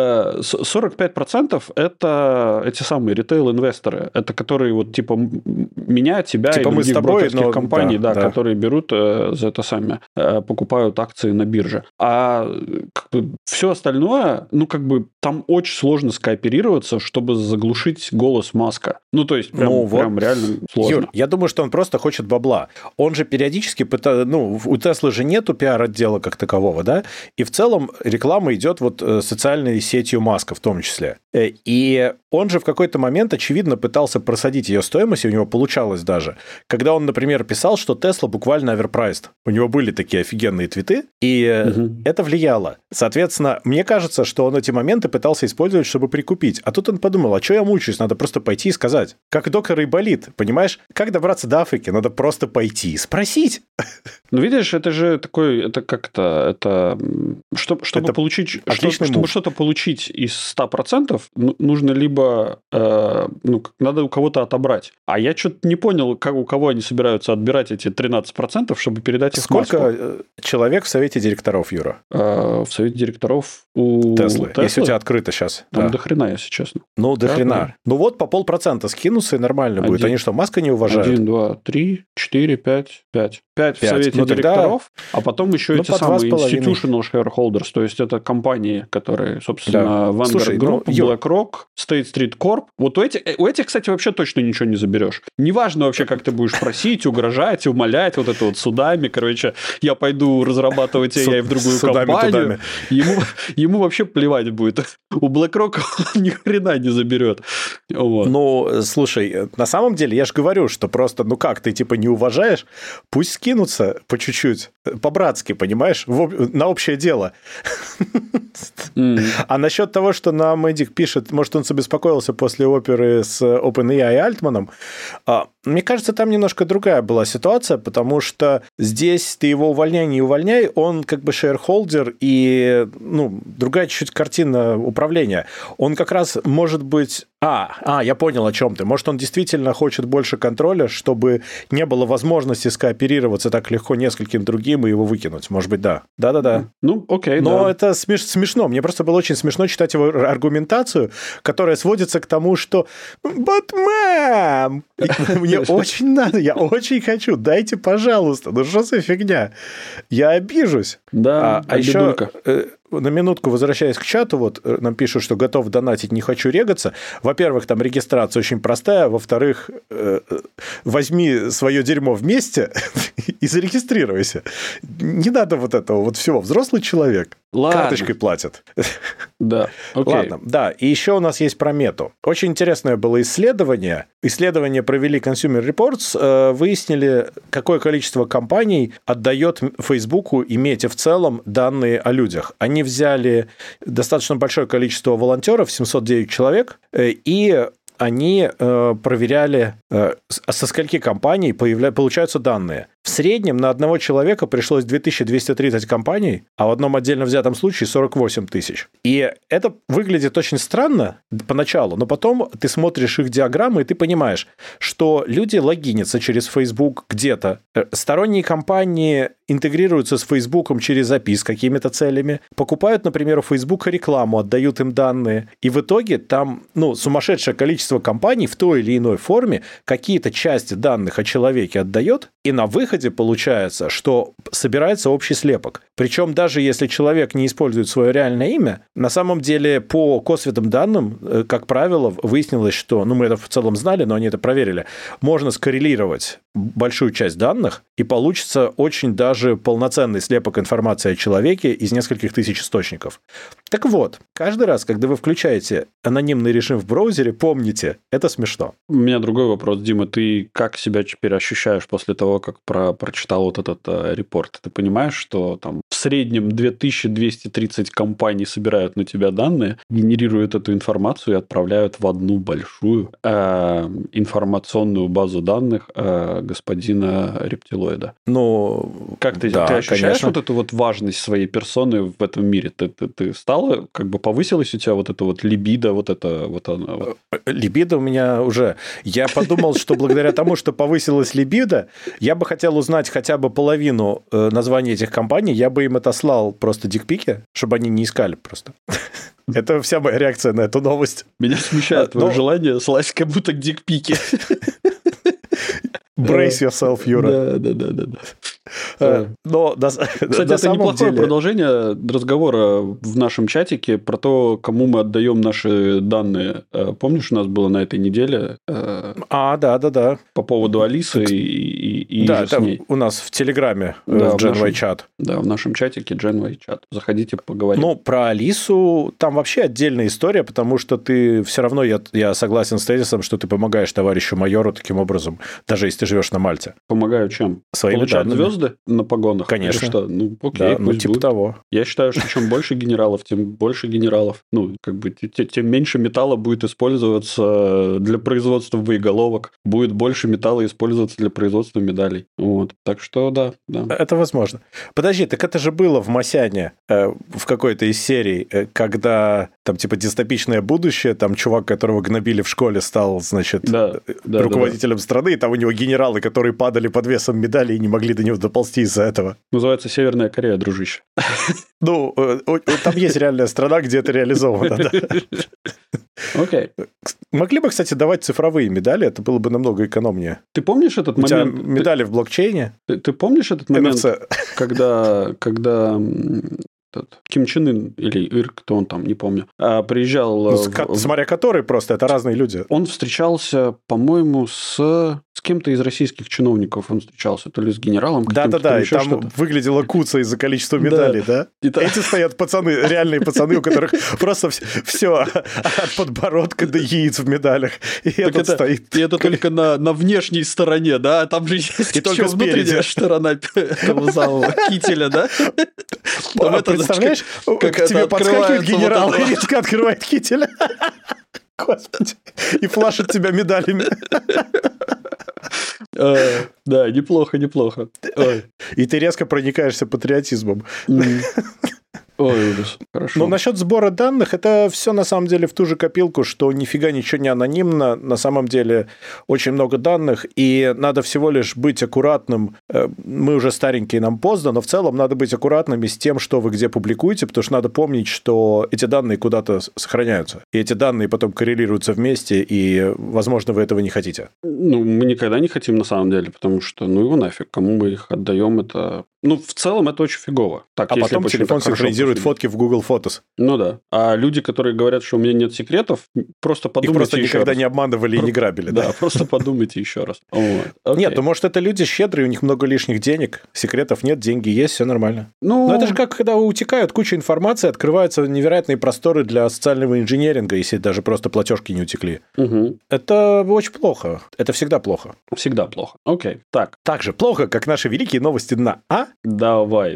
Speaker 1: 45% это эти самые ритейл-инвесторы. Это которые вот типа меня, тебя и других брокерских компаний, которые берут за это сами, покупают акции на бирже. А как бы все остальное, там очень сложно скооперироваться, чтобы заглушить голос Маска. То есть прям реально сложно.
Speaker 2: Юр, я думаю, что он просто хочет бабла. Он же периодически у Теслы же нету пиар-отдела как такового, да? И в целом реклама идет вот социальной сетью Маска в том числе. И он же в какой-то момент, очевидно, пытался просадить ее стоимость, и у него получалось даже. Когда он, например, писал, что Tesla буквально оверпрайсд. У него были такие офигенные твиты, и это влияло. Соответственно, мне кажется, что он эти моменты пытался использовать, чтобы прикупить. А тут он подумал: а что я мучаюсь? Надо просто пойти и сказать. Как доктор Айболит, понимаешь? Как добраться до Африки? Надо просто пойти и спросить.
Speaker 1: Видишь, это же такой, это как-то, чтобы получить, чтобы что-то получить из 100%, нужно либо кого-то, надо у кого-то отобрать. А я что-то не понял, у кого они собираются отбирать эти 13%, чтобы передать их Маску.
Speaker 2: Сколько человек в совете директоров, Юра?
Speaker 1: В совете директоров у
Speaker 2: Теслы. Если у тебя открыто сейчас.
Speaker 1: Там до хрена, если честно.
Speaker 2: Ну, до хрена. Ну, вот по 0,5% скинутся, и нормально будет. Они что, Маска не уважают?
Speaker 1: 1, 2, 3, 4, 5. 5 в совете директоров, а потом еще эти самые institutional shareholders, то есть это компании, которые, собственно, Vanguard Group, BlackRock, State Street Corp. Вот у этих, кстати, вообще точно ничего не заберешь. Неважно вообще, как ты будешь просить, угрожать, умолять, вот это вот судами, короче, я пойду разрабатывать AI в другую компанию. Ему вообще плевать будет. У BlackRock ни хрена не заберет. Вот.
Speaker 2: Ну, слушай, на самом деле, я же говорю, что просто, ты типа не уважаешь, пусть скинутся по чуть-чуть, по-братски, понимаешь, на общее дело. А насчет того, что нам Эдик пишет, может, он забеспокоился после оперы с OpenAI и Альтманом, мне кажется, там немножко другая была ситуация, потому что здесь ты его увольняй, не увольняй, он как бы шейрхолдер и, другая чуть-чуть картина управления. Он как раз может быть... я понял, о чем ты. Может, он действительно хочет больше контроля, чтобы не было возможности скооперироваться так легко нескольким другим и его выкинуть. Может быть, да. Да-да-да.
Speaker 1: Ну, окей,
Speaker 2: но
Speaker 1: да.
Speaker 2: Это смешно. Мне просто было очень смешно читать его аргументацию, которая сводится к тому, что «But, ma'am, мне очень надо, я очень хочу, дайте, пожалуйста». Ну, что за фигня? Я обижусь.
Speaker 1: Да,
Speaker 2: еще... На минутку, возвращаясь к чату, вот нам пишут, что готов донатить, не хочу регаться. Во-первых, там регистрация очень простая. Во-вторых, возьми свое дерьмо вместе и зарегистрируйся. Не надо вот этого вот всего. Взрослый человек.
Speaker 1: Ладно.
Speaker 2: Карточкой платят.
Speaker 1: Да, окей.
Speaker 2: Ладно, да. И еще у нас есть про мету. Очень интересное было исследование. Исследование провели Consumer Reports. Выяснили, какое количество компаний отдает Фейсбуку и Мете в целом данные о людях. Они взяли достаточно большое количество волонтеров, 709 человек, и они проверяли, со скольки компаний получаются данные. В среднем на одного человека пришлось 2230 компаний, а в одном отдельно взятом случае 48 тысяч. И это выглядит очень странно поначалу, но потом ты смотришь их диаграммы, и ты понимаешь, что люди логинятся через Facebook где-то. Сторонние компании интегрируются с Facebook через API с какими-то целями, покупают, например, у Facebook рекламу, отдают им данные. И в итоге там сумасшедшее количество компаний в той или иной форме какие-то части данных о человеке отдает, и на выходе получается, что собирается общий слепок. Причем даже если человек не использует свое реальное имя, на самом деле по косвенным данным, как правило, выяснилось, что, мы это в целом знали, но они это проверили, можно скоррелировать большую часть данных, и получится очень даже полноценный слепок информации о человеке из нескольких тысяч источников. Так вот, каждый раз, когда вы включаете анонимный режим в браузере, помните, это смешно.
Speaker 1: У меня другой вопрос, Дима. Ты как себя теперь ощущаешь после того, как прочитал вот этот репорт? Ты понимаешь, что там в среднем 2230 компаний собирают на тебя данные, генерируют эту информацию и отправляют в одну большую информационную базу данных господина рептилоида? Как ты ощущаешь, конечно, вот эту вот важность своей персоны в этом мире? Ты стала, повысилась у тебя вот это вот либидо, вот это вот оно?
Speaker 2: Либидо у меня уже... Я подумал, что благодаря тому, что повысилась либидо, я бы хотел узнать хотя бы половину названий этих компаний, я бы им отослал просто дикпики, чтобы они не искали просто. Это вся моя реакция на эту новость.
Speaker 1: Меня смущает твое желание слать как будто дикпики.
Speaker 2: Brace yourself, Юра.
Speaker 1: Да.
Speaker 2: Но,
Speaker 1: кстати, это неплохое продолжение разговора в нашем чатике про то, кому мы отдаем наши данные. Помнишь, у нас было на этой неделе?
Speaker 2: Да.
Speaker 1: По поводу Алисы и
Speaker 2: да,
Speaker 1: с ней.
Speaker 2: У нас в Телеграме, в Genway чат.
Speaker 1: Да, в нашем чатике Genway чат. Заходите, поговорим.
Speaker 2: Про Алису там вообще отдельная история, потому что ты все равно, я согласен с тезисом, что ты помогаешь товарищу майору таким образом, даже если ты живешь на Mальте.
Speaker 1: Помогаю чем?
Speaker 2: Своими
Speaker 1: Получать
Speaker 2: данными.
Speaker 1: звезды на погонах?
Speaker 2: Конечно.
Speaker 1: Или что? Окей,
Speaker 2: да, типа
Speaker 1: будет.
Speaker 2: того.
Speaker 1: Я считаю, что чем больше генералов, тем больше генералов. Тем меньше металла будет использоваться для производства боеголовок, будет больше металла использоваться для производства количество медалей. Вот. Так что да.
Speaker 2: Это возможно. Подожди, так это же было в Масяне в какой-то из серий, когда там типа дистопичное будущее, там чувак, которого гнобили в школе, стал, значит, руководителем страны, и там у него генералы, которые падали под весом медалей и не могли до него доползти из-за этого.
Speaker 1: Называется Северная Корея, дружище.
Speaker 2: Ну, там есть реальная страна, где это реализовано, да.
Speaker 1: Окей.
Speaker 2: Могли бы, кстати, давать цифровые медали, это было бы намного экономнее.
Speaker 1: Ты помнишь этот момент?
Speaker 2: У тебя медали в блокчейне?
Speaker 1: Ты помнишь этот момент, когда Ким Чен Ын или Ир, кто он там, не помню, приезжал...
Speaker 2: Смотря который просто, это разные люди.
Speaker 1: Он встречался, по-моему, с кем-то из российских чиновников он встречался, то ли с генералом.
Speaker 2: Да-да-да, и там что-то выглядело куца из-за количества медалей, да? Эти стоят пацаны, реальные пацаны, у которых просто все от подбородка до яиц в медалях. И этот стоит.
Speaker 1: И это только на внешней стороне, да? Там же есть еще внутренняя сторона этого самого кителя, да?
Speaker 2: Представляешь, как тебе подскакивает генерал и резко открывает китель. Господи. И флашит тебя медалями.
Speaker 1: Да, неплохо.
Speaker 2: И ты резко проникаешься патриотизмом.
Speaker 1: Ой, ужас. Хорошо.
Speaker 2: Но насчет сбора данных, это все на самом деле в ту же копилку, что нифига ничего не анонимно. На самом деле очень много данных, и надо всего лишь быть аккуратным. Мы уже старенькие, нам поздно, но в целом надо быть аккуратными с тем, что вы где публикуете, потому что надо помнить, что эти данные куда-то сохраняются. И эти данные потом коррелируются вместе, и, возможно, вы этого не хотите.
Speaker 1: Ну, мы никогда не хотим на самом деле, потому что, ну его нафиг, кому мы их отдаем, это... Ну, в целом это очень фигово. Так,
Speaker 2: а потом телефон синхронизирует фотки в Google Photos.
Speaker 1: Ну да. А люди, которые говорят, что у меня нет секретов, просто подумайте.
Speaker 2: Их просто никогда не обманывали и не грабили.
Speaker 1: Да, просто подумайте еще раз.
Speaker 2: Нет, ну может это люди щедрые, у них много лишних денег, секретов нет, деньги есть, все нормально. Но это же как, когда утекают куча информации, открываются невероятные просторы для социального инженеринга, если даже просто платежки не утекли. Это очень плохо. Это всегда плохо.
Speaker 1: Всегда плохо. Окей.
Speaker 2: Так же плохо, как наши великие новости дна.
Speaker 1: Давай.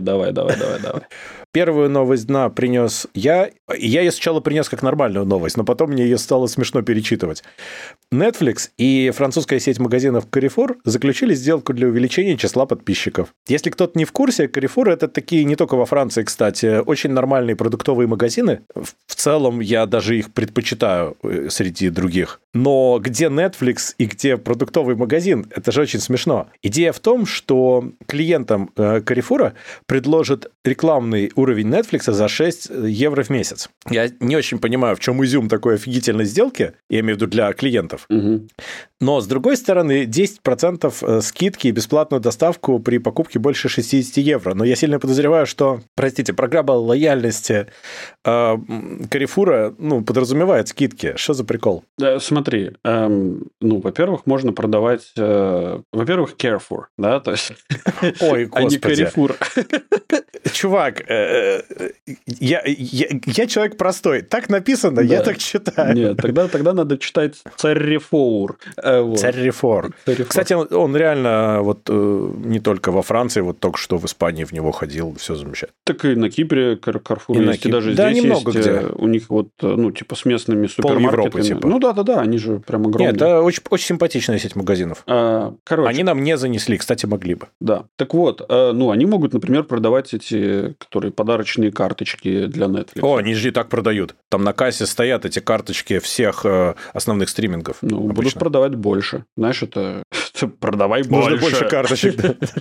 Speaker 2: Первую новость дна принес я. Я ее сначала принес как нормальную новость, но потом мне ее стало смешно перечитывать. Netflix и французская сеть магазинов Carrefour заключили сделку для увеличения числа подписчиков. Если кто-то не в курсе, Carrefour – это такие, не только во Франции, кстати, очень нормальные продуктовые магазины. В целом, я даже их предпочитаю среди других. Но где Netflix и где продуктовый магазин? Это же очень смешно. Идея в том, что клиентам Carrefour предложат рекламный уровень Netflix за 6 евро в месяц. Я не очень понимаю, в чем изюм такой офигительной сделки, я имею в виду для клиентов. Но, с другой стороны, 10% скидки и бесплатную доставку при покупке больше 60 евро. Но я сильно подозреваю, что, программа лояльности Carrefour подразумевает скидки. Что за прикол?
Speaker 1: Смотри, во-первых, можно продавать... Во-первых, Carrefour, да? То есть...
Speaker 2: Ой, господи.
Speaker 1: А не Carrefour.
Speaker 2: Чувак, я человек простой. Так написано, я так читаю.
Speaker 1: Нет, тогда надо читать Carrefour.
Speaker 2: Carrefour. Кстати, он реально не только во Франции, только что в Испании в него ходил, все замечательно.
Speaker 1: Так и на Кипре Carrefour есть, и даже здесь
Speaker 2: немного
Speaker 1: есть.
Speaker 2: Где.
Speaker 1: У них с местными супермаркетами.
Speaker 2: Типа.
Speaker 1: Ну да, они же прям огромные.
Speaker 2: Нет, это очень, очень симпатичная сеть магазинов. Они нам не занесли, кстати, могли бы.
Speaker 1: Да. Так вот, они могут, например, продавать эти, которые подарочные карточки для Netflix.
Speaker 2: О, они же и так продают. Там на кассе стоят эти карточки всех основных стримингов.
Speaker 1: Будут продавать больше. Знаешь, это продавай больше.
Speaker 2: Нужно больше карточек.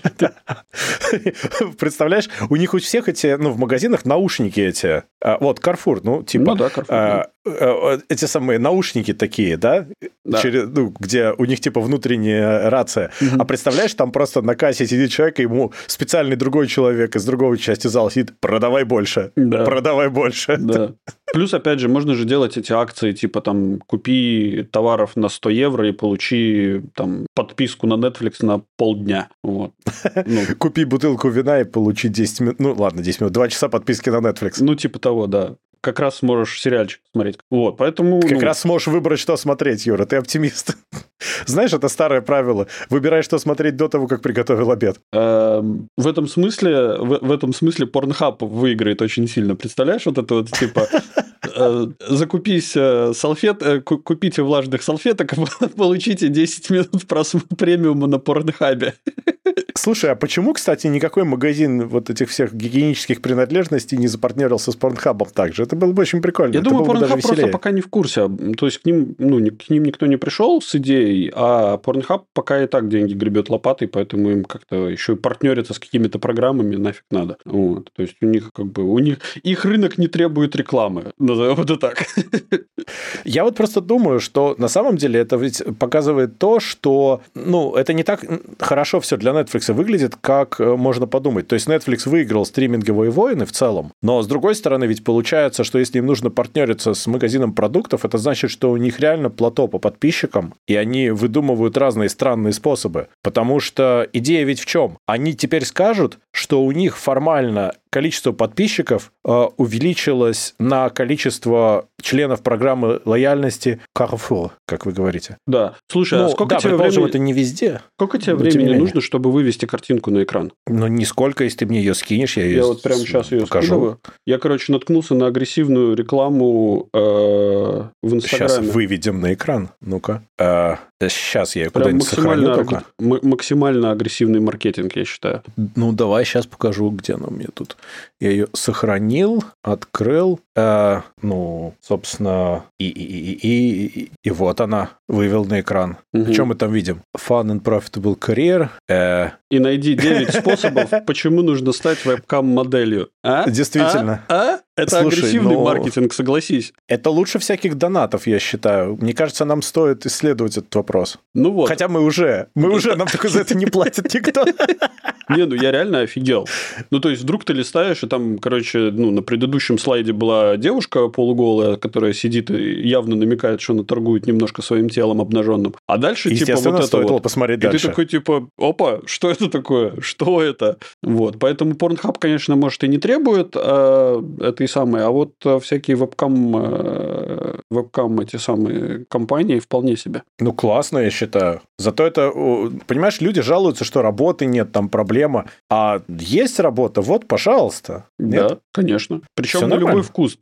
Speaker 2: Представляешь, у них у всех эти, в магазинах наушники эти. Вот, Carrefour,
Speaker 1: Carrefour.
Speaker 2: Эти самые наушники такие, да? Где у них внутренняя рация. А представляешь, там просто на кассе сидит человек, и ему специальный другой человек из другой части зала сидит: продавай больше, продавай больше.
Speaker 1: Да. Плюс, опять же, можно же делать эти акции, купи товаров на 100 евро и получи подписку на Netflix на полдня.
Speaker 2: Купи бутылку вина и получи 10 минут, 10 минут, 2 часа подписки на Netflix.
Speaker 1: Типа того, да. Как раз сможешь сериальчик смотреть. Поэтому...
Speaker 2: Как раз сможешь выбрать, что смотреть, Юра, ты оптимист. Знаешь, это старое правило. Выбирай, что смотреть до того, как приготовил обед.
Speaker 1: В этом смысле Pornhub выиграет очень сильно. Представляешь, Закупись купите влажных салфеток, получите 10 минут премиума на Порнхабе.
Speaker 2: Слушай, а почему, кстати, никакой магазин вот этих всех гигиенических принадлежностей не запартнерился с Порнхабом также? Это было бы очень прикольно.
Speaker 1: Я думаю, Порнхаб просто пока не в курсе. То есть к ним никто не пришел с идеей, а Порнхаб пока и так деньги гребет лопатой, поэтому им как-то еще и партнериться с какими-то программами нафиг надо. Вот. То есть у них их рынок не требует рекламы, назовем это так.
Speaker 2: Я вот просто думаю, что на самом деле это ведь показывает то, что это не так хорошо все для Netflix выглядит, как можно подумать. То есть Netflix выиграл стриминговые войны в целом, но с другой стороны ведь получается, что если им нужно партнериться с магазином продуктов, это значит, что у них реально плато по подписчикам, и они выдумывают разные странные способы. Потому что идея ведь в чем? Они теперь скажут, что у них формально количество подписчиков увеличилось на количество членов программы лояльности Carrefour, как вы говорите.
Speaker 1: Да. Слушай, а сколько тебе
Speaker 2: времени... это не везде.
Speaker 1: Сколько тебе времени нужно, чтобы вывести картинку на экран?
Speaker 2: Нисколько, если ты мне ее скинешь, я ее
Speaker 1: Я вот прямо сейчас ее скидываю. Я, наткнулся на агрессивную рекламу в Инстаграме.
Speaker 2: Сейчас выведем на экран. Ну-ка. Сейчас я ее куда-нибудь сохраню только.
Speaker 1: Максимально агрессивный маркетинг, я считаю.
Speaker 2: Давай сейчас покажу, где она у меня тут. Я ее сохранил, открыл. Собственно, и вот она, вывел на экран. Что мы там видим? Fun and profitable career.
Speaker 1: И найди 9 способов, почему нужно стать вебкам-моделью.
Speaker 2: Действительно.
Speaker 1: Это агрессивный маркетинг, согласись.
Speaker 2: Это лучше всяких донатов, я считаю. Мне кажется, нам стоит исследовать этот вопрос.
Speaker 1: Вот.
Speaker 2: Хотя мы уже, нам только за это не платит никто.
Speaker 1: Я реально офигел. То есть, вдруг ты листаешь, и там, на предыдущем слайде была девушка полуголая, которая сидит и явно намекает, что она торгует немножко своим телом обнаженным. А дальше,
Speaker 2: естественно, стоило посмотреть дальше.
Speaker 1: И ты такой, опа, что это такое? Что это? Вот. Поэтому Pornhub, конечно, может, и не требует этой самой, а вот всякие вебкам эти самые компании вполне себе.
Speaker 2: Классно, я считаю. Зато это, понимаешь, люди жалуются, что работы нет, там проблема. А есть работа, вот, пожалуйста. Нет?
Speaker 1: Да, конечно. Причем на любой вкус.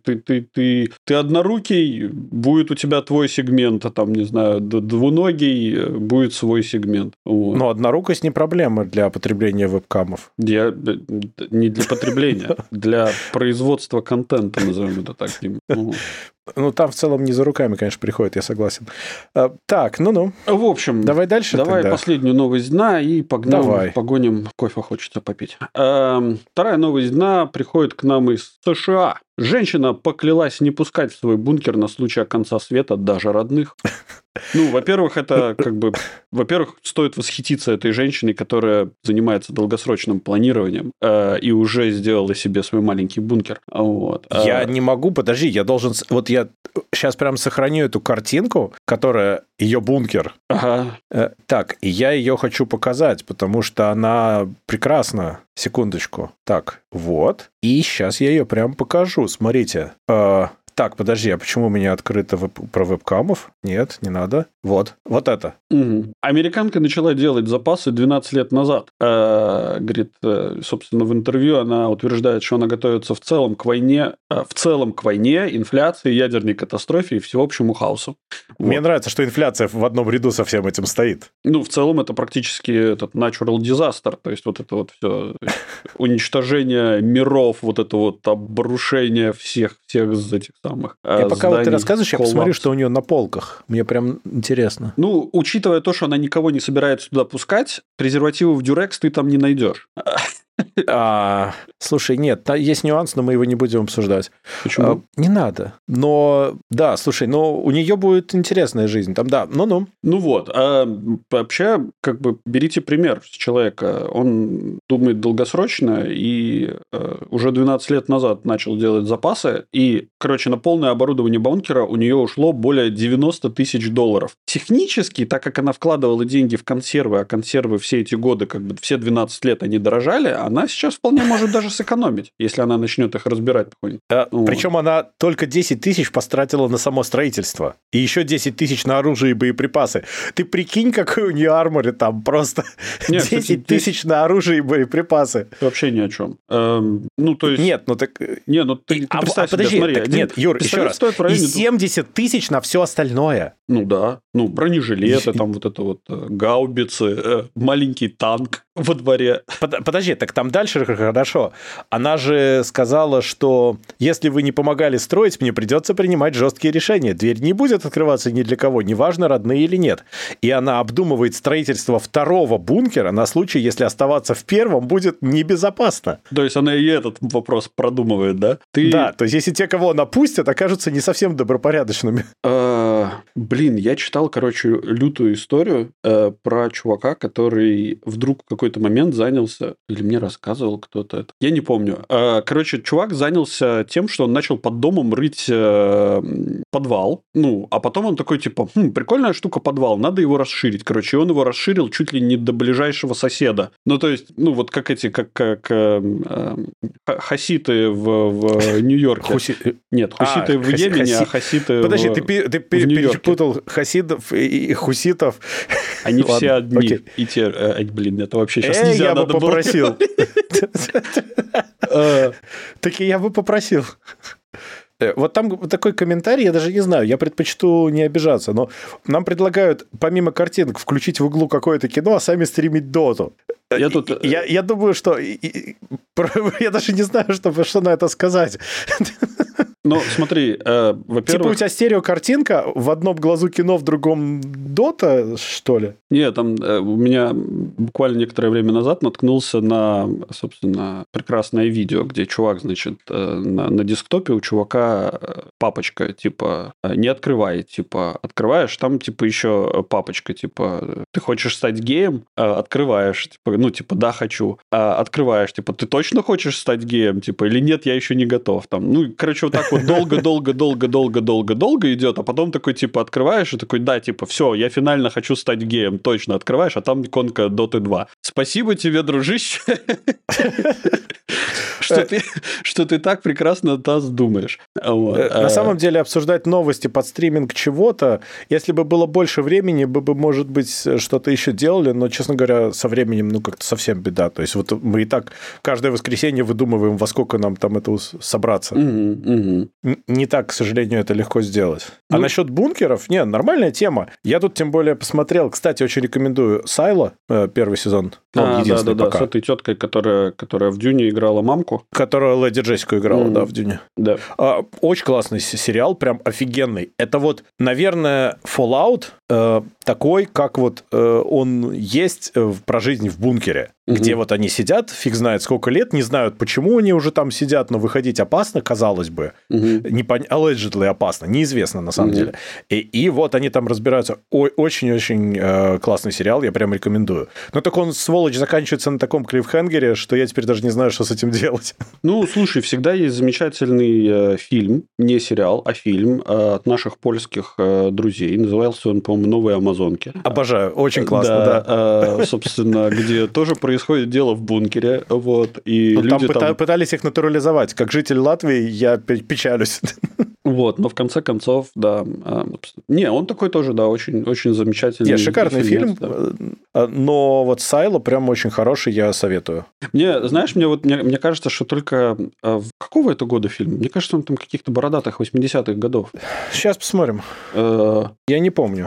Speaker 1: Ты однорукий, будет у тебя твой сегмент, а там, не знаю, двуногий, будет свой сегмент. Вот.
Speaker 2: Но однорукость не проблема для потребления вебкамов.
Speaker 1: Не для потребления, для производства контента, назовем это так.
Speaker 2: Там в целом не за руками, конечно, приходит, я согласен. Так,
Speaker 1: В общем,
Speaker 2: давай дальше.
Speaker 1: Давай последнюю новость дня и погоним. Кофе хочется попить. Вторая новость дня приходит к нам из США. Женщина поклялась не пускать в свой бункер на случай конца света даже родных. Во-первых, стоит восхититься этой женщиной, которая занимается долгосрочным планированием и уже сделала себе свой маленький бункер. Вот.
Speaker 2: Я не могу, подожди, я должен... Вот я сейчас прям сохраню эту картинку, которая ее бункер.
Speaker 1: Ага.
Speaker 2: Так, и я ее хочу показать, потому что она прекрасна. Секундочку. Так, вот. И сейчас я ее прям покажу. Смотрите. Так, подожди, а почему у меня открыто про вебкамов? Нет, не надо. Вот это.
Speaker 1: Угу. Американка начала делать запасы 12 лет назад. Говорит, собственно, в интервью она утверждает, что она готовится в целом к войне, инфляции, ядерной катастрофе и всеобщему хаосу.
Speaker 2: Мне нравится, что инфляция в одном ряду со всем этим стоит.
Speaker 1: В целом это практически этот natural disaster, то есть вот это вот все уничтожение миров, вот это вот обрушение всех из этих самых
Speaker 2: Я пока вот ты рассказываешь, я посмотрю, что у нее на полках. Мне прям интересно.
Speaker 1: Учитывая то, что она никого не собирается туда пускать, презервативов Durex ты там не найдешь.
Speaker 2: Слушай, нет, есть нюанс, но мы его не будем обсуждать.
Speaker 1: Почему?
Speaker 2: Не надо. Но, да, слушай, у нее будет интересная жизнь. Там, да,
Speaker 1: вообще, берите пример с человека. Он думает долгосрочно и уже 12 лет назад начал делать запасы. И, на полное оборудование бункера у нее ушло более $90 тысяч. Технически, так как она вкладывала деньги в консервы, а консервы все эти годы, все 12 лет они дорожали, она сейчас вполне может даже сэкономить, если она начнет их разбирать потихоньку.
Speaker 2: Причем она только 10 тысяч потратила на само строительство. И еще 10 тысяч на оружие и боеприпасы. Ты прикинь, какой у нее армори там просто. 10 тысяч на оружие и боеприпасы.
Speaker 1: Вообще ни о чем. То есть...
Speaker 2: Нет, ну так...
Speaker 1: Не, ну ты представь себе, смотри.
Speaker 2: Нет, Юр, еще раз. И 70 тысяч на все остальное.
Speaker 1: Ну да. Ну, бронежилеты, там вот это вот гаубицы, маленький танк во дворе.
Speaker 2: Подожди, так там дальше хорошо. Она же сказала, что если вы не помогали строить, мне придется принимать жесткие решения. Дверь не будет открываться ни для кого, неважно, родные или нет. И она обдумывает строительство второго бункера на случай, если оставаться в первом будет небезопасно.
Speaker 1: То есть она и этот вопрос продумывает, да?
Speaker 2: Да, то есть если те, кого она пустит, окажутся не совсем добропорядочными.
Speaker 1: Блин, я читал, короче, лютую историю про чувака, который вдруг в какой-то момент занялся, или мне рассказывал кто-то это, я не помню. Короче, чувак занялся тем, что он начал под домом рыть подвал, а потом он такой, типа, прикольная штука подвал, надо его расширить. Короче, он его расширил чуть ли не до ближайшего соседа. Ну, то есть, вот как эти, как хаситы в Нью-Йорке. Нет, хуситы в Йемене, а хаситы
Speaker 2: Подожди, ты перепутал хасидов и хуситов.
Speaker 1: Они все одни. И те, это вообще сейчас нельзя.
Speaker 2: Я бы попросил. Так и я бы попросил. Вот там такой комментарий, я даже не знаю, я предпочту не обижаться, но нам предлагают помимо картинок включить в углу какое-то кино, а сами стримить доту. Я думаю, что... Я даже не знаю, что на это сказать.
Speaker 1: Ну, смотри, во-первых...
Speaker 2: Типа у тебя стереокартинка, в одном глазу кино, в другом дота, что ли?
Speaker 1: Нет, там у меня буквально некоторое время назад наткнулся на, собственно, прекрасное видео, где чувак, значит, на десктопе у чувака папочка, типа, не открывай, типа, открываешь, там, типа, еще папочка, типа, ты хочешь стать геем? Открываешь, типа, да, хочу. Открываешь, типа, ты точно хочешь стать геем? Типа, или нет, я еще не готов. Там, короче, вот так вот долго идет, а потом такой, типа, открываешь и такой, да, типа, все, я финально хочу стать геем, точно открываешь, а там иконка Dota 2. Спасибо тебе, дружище, что ты так прекрасно о нас думаешь.
Speaker 2: На самом деле, обсуждать новости под стриминг чего-то, если бы было больше времени, бы, может быть, что-то еще делали, но, честно говоря, со временем, как-то совсем беда. То есть, вот мы и так каждое воскресенье выдумываем, во сколько нам там это собраться. Не так, к сожалению, это легко сделать. А насчет бункеров, нормальная тема. Я тут, тем более, посмотрел, кстати, очень рекомендую Сайло, первый сезон.
Speaker 1: Единственный пока. С этой теткой, которая в Дюне играла мамку.
Speaker 2: Которая Леди Джессику играла, да, в Дюне.
Speaker 1: Да.
Speaker 2: Очень классный сериал, прям офигенный. Это вот, наверное, Fallout такой, как вот он есть про жизнь в бункере. Где вот они сидят, фиг знает сколько лет, не знают, почему они уже там сидят, но выходить опасно, казалось бы. Allegedly опасно, неизвестно на самом деле. И вот они там разбираются. Очень-очень классный сериал, я прям рекомендую. Но только он, сволочь, заканчивается на таком клиффхенгере, что я теперь даже не знаю, что с этим делать.
Speaker 1: Ну, слушай, всегда есть замечательный фильм, не сериал, а фильм от наших польских друзей. Назывался он, по-моему, «Новые амазонки».
Speaker 2: Обожаю, очень классно,
Speaker 1: да. Собственно, где тоже происходит дело в бункере, вот, и люди
Speaker 2: там пытались их натурализовать. Как житель Латвии я печалюсь.
Speaker 1: Вот, но в конце концов, да. Не, он такой тоже, да, очень, очень замечательный.
Speaker 2: Шикарный фильм, да. Но вот Сайло прям очень хороший, я советую.
Speaker 1: Мне кажется, что только... Какого это года фильм? Мне кажется, он там каких-то бородатых 80-х годов.
Speaker 2: Сейчас посмотрим. Я не помню.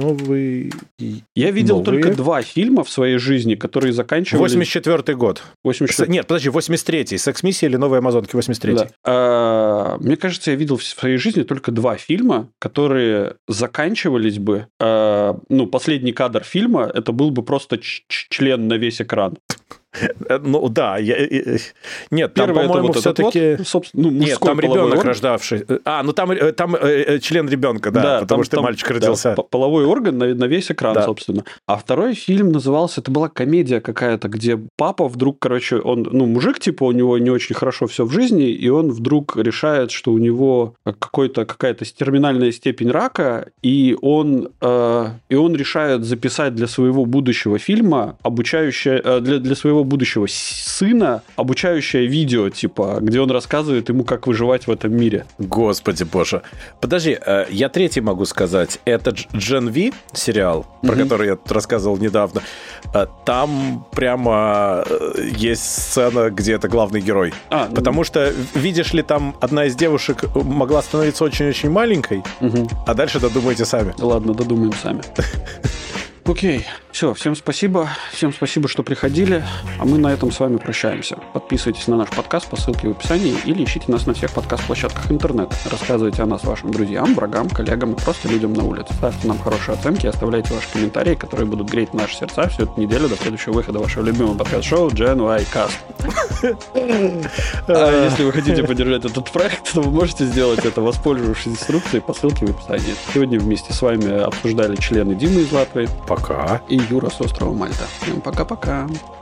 Speaker 2: Я
Speaker 1: видел только 2 фильма в своей жизни, которые заканчивались...
Speaker 2: 84-й год.
Speaker 1: 84...
Speaker 2: Нет, подожди, 83-й. «Секс-миссия» или «Новые амазонки» 83-й.
Speaker 1: Да. Мне кажется, я видел в своей жизни только 2 фильма, которые заканчивались бы... последний кадр фильма, это был бы просто член на весь экран.
Speaker 2: Ну, да. Нет, там, по-моему, все-таки... Нет, там ребенок рождавший. Там член ребенка, да, потому что мальчик родился.
Speaker 1: Половой орган на весь экран, собственно. А второй фильм назывался... Это была комедия какая-то, где папа вдруг, он, мужик, типа, у него не очень хорошо все в жизни, и он вдруг решает, что у него какая-то терминальная степень рака, и он решает записать для своего будущего фильма для своего своего будущего сына обучающее видео, типа, где он рассказывает ему, как выживать в этом мире.
Speaker 2: Господи боже. Подожди, я третий могу сказать. Это Gen V сериал, про который я рассказывал недавно. Там прямо есть сцена, где это главный герой. Потому что, видишь ли, там одна из девушек могла становиться очень-очень маленькой, а дальше додумайте сами.
Speaker 1: Ладно, додумаем сами. Окей, все, всем спасибо, что приходили, а мы на этом с вами прощаемся. Подписывайтесь на наш подкаст по ссылке в описании или ищите нас на всех подкаст-площадках интернета. Рассказывайте о нас вашим друзьям, врагам, коллегам и просто людям на улице. Ставьте нам хорошие оценки и оставляйте ваши комментарии, которые будут греть наши сердца всю эту неделю до следующего выхода вашего любимого подкаст-шоу Gen Y Cast. А если вы хотите поддержать этот проект, то вы можете сделать это, воспользовавшись инструкцией по ссылке в описании. Сегодня вместе с вами обсуждали члены Димы из Латвии.
Speaker 2: Пока.
Speaker 1: И Юра с острова Мальта. Всем пока-пока.